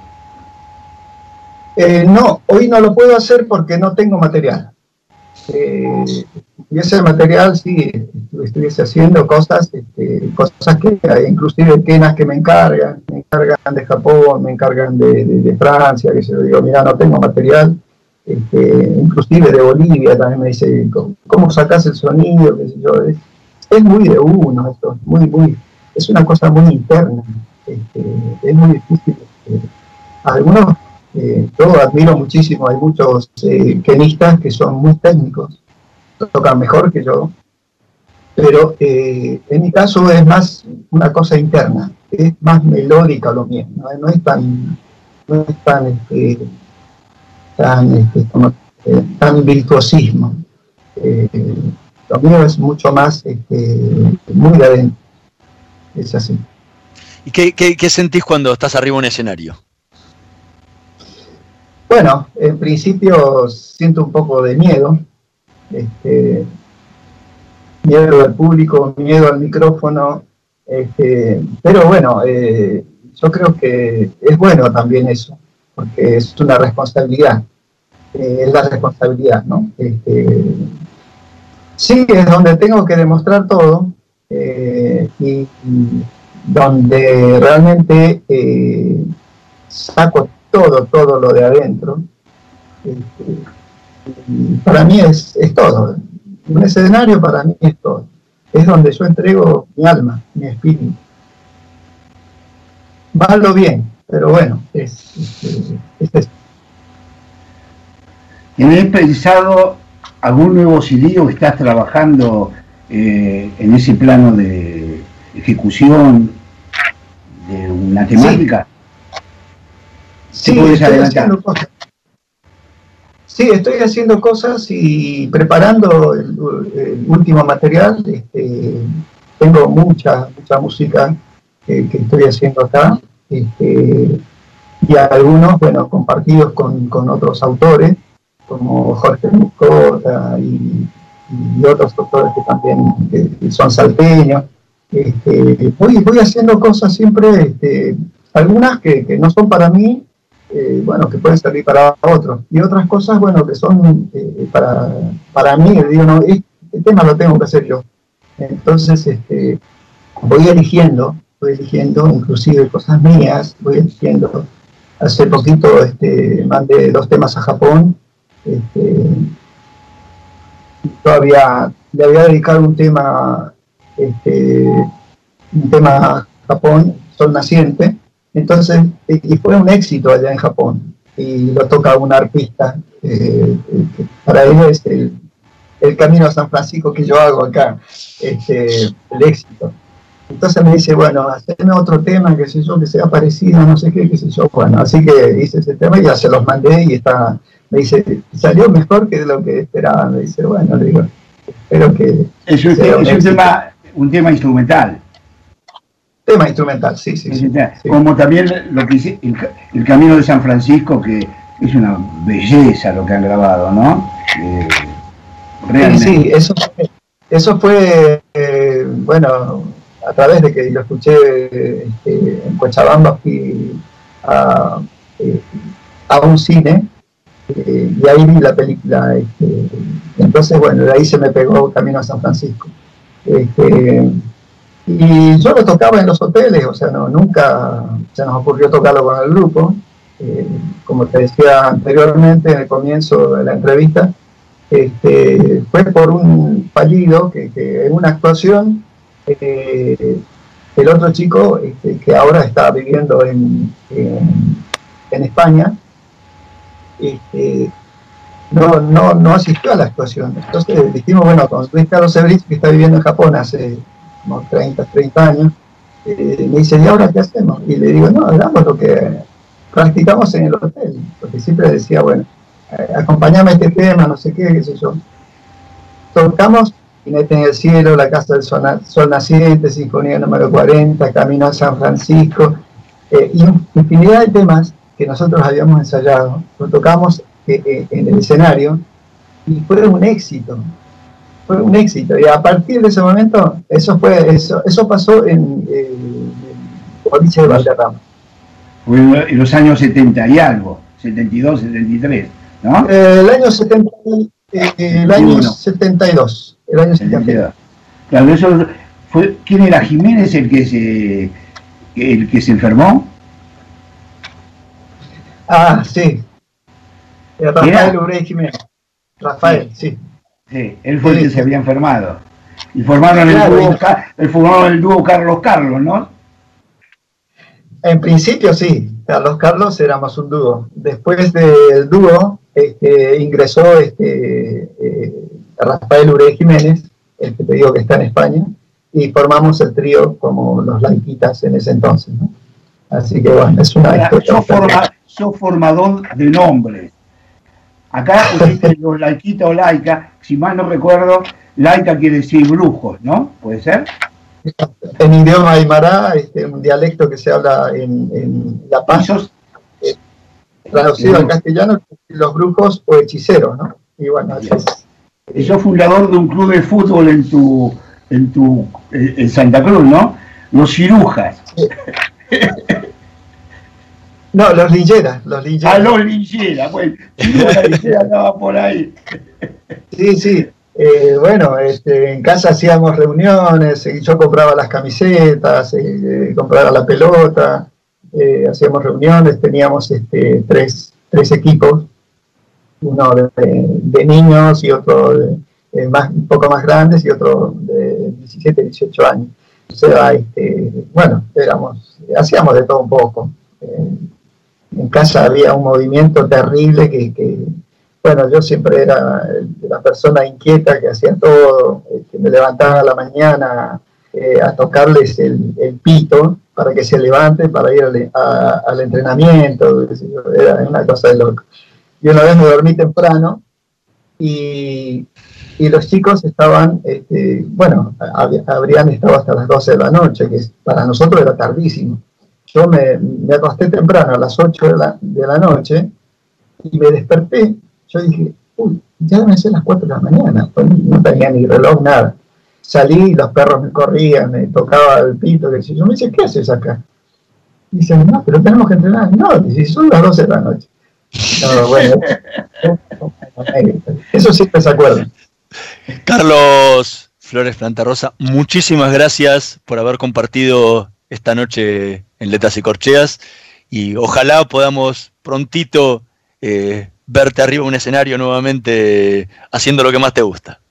Eh, no, hoy no lo puedo hacer porque no tengo material. Eh, y ese material sí, estuviese haciendo cosas, este, cosas que inclusive quenas que me encargan, me encargan de Japón, me encargan de, de, de Francia, que yo digo, mira, no tengo material, este, inclusive de Bolivia también me dice, ¿cómo, cómo sacas el sonido? ¿Qué sé yo? Es, es muy de uno, esto, muy, muy, es una cosa muy interna, este, es muy difícil. Este, algunos Eh, yo admiro muchísimo, hay muchos eh, quenistas que son muy técnicos, tocan mejor que yo, pero eh, en mi caso es más una cosa interna, es más melódica lo mío, no, no es tan, no es tan, este, tan, este, como, eh, tan virtuosismo, eh, lo mío es mucho más este, muy de adentro, es así. ¿Y qué, qué, qué sentís cuando estás arriba de un escenario? Bueno, en principio siento un poco de miedo, este, miedo al público, miedo al micrófono, este, pero bueno, eh, yo creo que es bueno también eso, porque es una responsabilidad, eh, es la responsabilidad, ¿no? Este, sí, es donde tengo que demostrar todo eh, y, y donde realmente eh, saco todo, todo lo de adentro. Este, y para mí es, es todo. Un escenario para mí es todo. Es donde yo entrego mi alma, mi espíritu. Mal o bien, pero bueno, es, es, es eso. ¿Tenés pensado algún nuevo C D o estás trabajando eh, en ese plano de ejecución de una temática? Sí, sí, estoy haciendo cosas. Sí, estoy haciendo cosas y preparando el, el último material. Este, tengo mucha, mucha música que, que estoy haciendo acá. Este, y algunos, bueno, compartidos con, con otros autores, como Jorge Muscota y, y otros autores que también que, que son salteños. Este, voy, voy haciendo cosas siempre, este, algunas que, que no son para mí, Eh, bueno, que pueden servir para otros, y otras cosas, bueno, que son eh, para, para mí, digo, no, este tema lo tengo que hacer yo. Entonces, este, voy eligiendo, voy eligiendo inclusive cosas mías, voy eligiendo. Hace poquito este, mandé dos temas a Japón, este, todavía le había dedicado un tema, este, un tema a Japón, Sol Naciente. Entonces, y fue un éxito allá en Japón, y lo toca un arpista, eh, que para él es el, el camino a San Francisco que yo hago acá, este, el éxito. Entonces me dice, bueno, haceme otro tema, qué sé yo, que sea parecido, no sé qué, qué sé yo. Bueno, así que hice ese tema y ya se los mandé y está, me dice, salió mejor que lo que esperaba. Me dice, bueno, le digo, espero que... Es un, sea un, es un, tema, un tema instrumental. Tema instrumental, sí, sí, sí, sí. Como también lo que hice, el, el Camino de San Francisco, que es una belleza lo que han grabado, ¿no? Eh, realmente. Sí, sí, eso fue, eso fue eh, bueno, a través de que lo escuché este, en Cochabamba, fui a, eh, a un cine eh, y ahí vi la película. Este, entonces, bueno, de ahí se me pegó Camino a San Francisco. Este, Y yo lo tocaba en los hoteles, o sea, no, nunca se nos ocurrió tocarlo con el grupo. Eh, como te decía anteriormente, en el comienzo de la entrevista, este, fue por un fallido que, que en una actuación, eh, el otro chico, este, que ahora está viviendo en, en, en España, este, no, no, no asistió a la actuación. Entonces dijimos, bueno, con Luis Carlos Severich, que está viviendo en Japón hace como treinta, treinta años, eh, me dice, ¿y ahora qué hacemos? Y le digo, no, hagamos lo que practicamos en el hotel, porque siempre decía, bueno, eh, acompañame a este tema, no sé qué, qué sé yo. Tocamos Jinete en el Cielo, La Casa del Sol, Sol Naciente, Sinfonía número cuarenta, Camino a San Francisco, eh, y infinidad de temas que nosotros habíamos ensayado, lo tocamos eh, eh, en el escenario, y fue un éxito. Fue un éxito, y a partir de ese momento, eso fue eso eso pasó en el boliche de Valderrama. Fue en los años setenta y algo, setenta y dos, setenta y tres, ¿no? Eh, el año setenta, eh, el año setenta y dos, el año setenta y dos. Claro, eso fue, ¿quién era Jiménez el que se el que se enfermó? Ah, sí. Eh, Rafael Urey Jiménez. Rafael, sí. Sí, él fue el que se había enfermado. Y formaron, claro, el, dúo, el, formaron el dúo Carlos Carlos, ¿no? En principio sí, Carlos Carlos éramos un dúo. Después del dúo este, ingresó este, eh, Rafael Urey Jiménez, el que te digo que está en España, y formamos el trío como los Laiquitas en ese entonces, ¿no? Así que bueno, es una historia. Sos, forma, sos formador de nombres. Acá existen los laiquita o laica, si mal no recuerdo, laica quiere decir brujos, ¿no? ¿Puede ser? En idioma aymara, este, un dialecto que se habla en, en La Paz, sos, eh, traducido al castellano, los brujos o hechiceros, ¿no? Y bueno, es, y sos fundador de un club de fútbol en tu, en tu, en Santa Cruz, ¿no? Los Cirujas. No, los Lilleras, los Lilleras. Ah, los Lilleras, pues, la Lillera andaba por ahí. Sí, sí, eh, bueno, este, en casa hacíamos reuniones, yo compraba las camisetas, eh, compraba la pelota, eh, hacíamos reuniones, teníamos este, tres, tres equipos, uno de, de niños y otro de, eh, más, un poco más grandes y otro de diecisiete, dieciocho años. O sea, este, bueno, éramos, hacíamos de todo un poco. Eh, en casa había un movimiento terrible que, que, bueno, yo siempre era la persona inquieta que hacía todo, eh, que me levantaba a la mañana eh, a tocarles el, el pito para que se levanten, para ir al, a, al entrenamiento, era una cosa de loco. Y una vez me dormí temprano y, y los chicos estaban, este, bueno, hab, habrían estado hasta las doce de la noche, que para nosotros era tardísimo. Yo me, me acosté temprano, a las ocho de la, de la noche, y me desperté. Yo dije, uy, ya deben ser las cuatro de la mañana, pues no tenía ni reloj, nada. Salí, los perros me corrían, me tocaba el pito, que yo me dice, ¿qué haces acá? Y dicen, no, pero tenemos que entrenar. No, dice, son las doce de la noche. No, bueno, eso siempre se acuerdan. Carlos Flores Plantarosa, muchísimas gracias por haber compartido esta noche en Letras y Corcheas, y ojalá podamos prontito eh, verte arriba de un escenario nuevamente haciendo lo que más te gusta.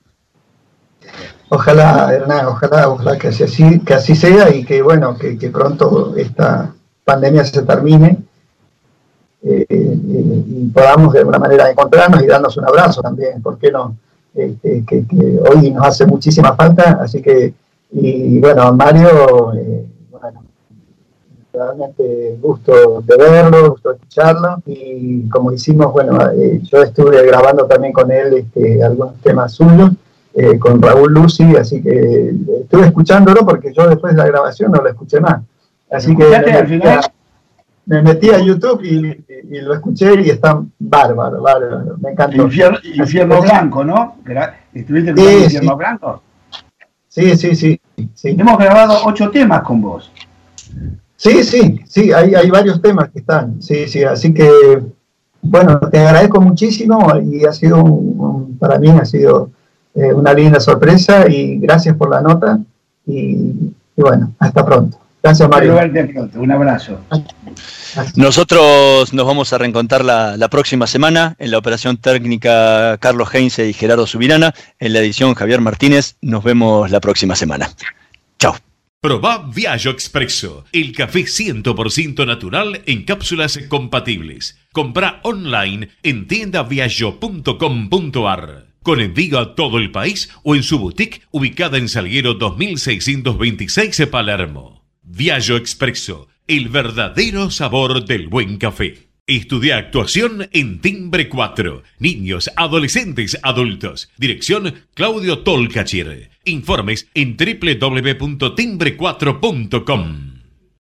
Ojalá, Hernán, ojalá, ojalá que así, que así sea y que bueno, que, que pronto esta pandemia se termine eh, eh, y podamos de alguna manera encontrarnos y darnos un abrazo también, ¿por qué no? Este, que, que hoy nos hace muchísima falta, así que, y bueno, Mario, eh, bueno, realmente gusto de verlo, gusto de escucharlo, y como hicimos, bueno, eh, yo estuve grabando también con él este, algunos temas suyos, eh, con Raúl Lucy, así que estuve escuchándolo porque yo después de la grabación no lo escuché más, así que me metí, a, me metí a YouTube y, y, y lo escuché y está bárbaro, bárbaro, me encantó. Infierno, Infierno Blanco, ¿no? ¿Estuviste con sí, Infierno sí. Blanco? Sí, sí, sí, sí. Hemos grabado ocho temas con vos. Sí, sí, sí, hay, hay varios temas que están, sí, sí, así que, bueno, te agradezco muchísimo y ha sido, un, un, para mí ha sido eh, una linda sorpresa y gracias por la nota y, y bueno, hasta pronto. Gracias, Mario. Pronto. Un abrazo. Nosotros nos vamos a reencontrar la, la próxima semana en la operación técnica Carlos Heinze y Gerardo Subirana, en la edición Javier Martínez. Nos vemos la próxima semana. Chao. Probá Viaggio Expresso, el café cien por ciento natural en cápsulas compatibles. Comprá online en tienda viaggio punto com punto ar. Con envío a todo el país o en su boutique ubicada en Salguero dos mil seiscientos veintiséis Palermo. Viaggio Expresso, el verdadero sabor del buen café. Estudia actuación en Timbre cuatro. Niños, adolescentes, adultos. Dirección Claudio Tolcachir. Informes en doble u doble u doble u punto timbre cuatro punto com.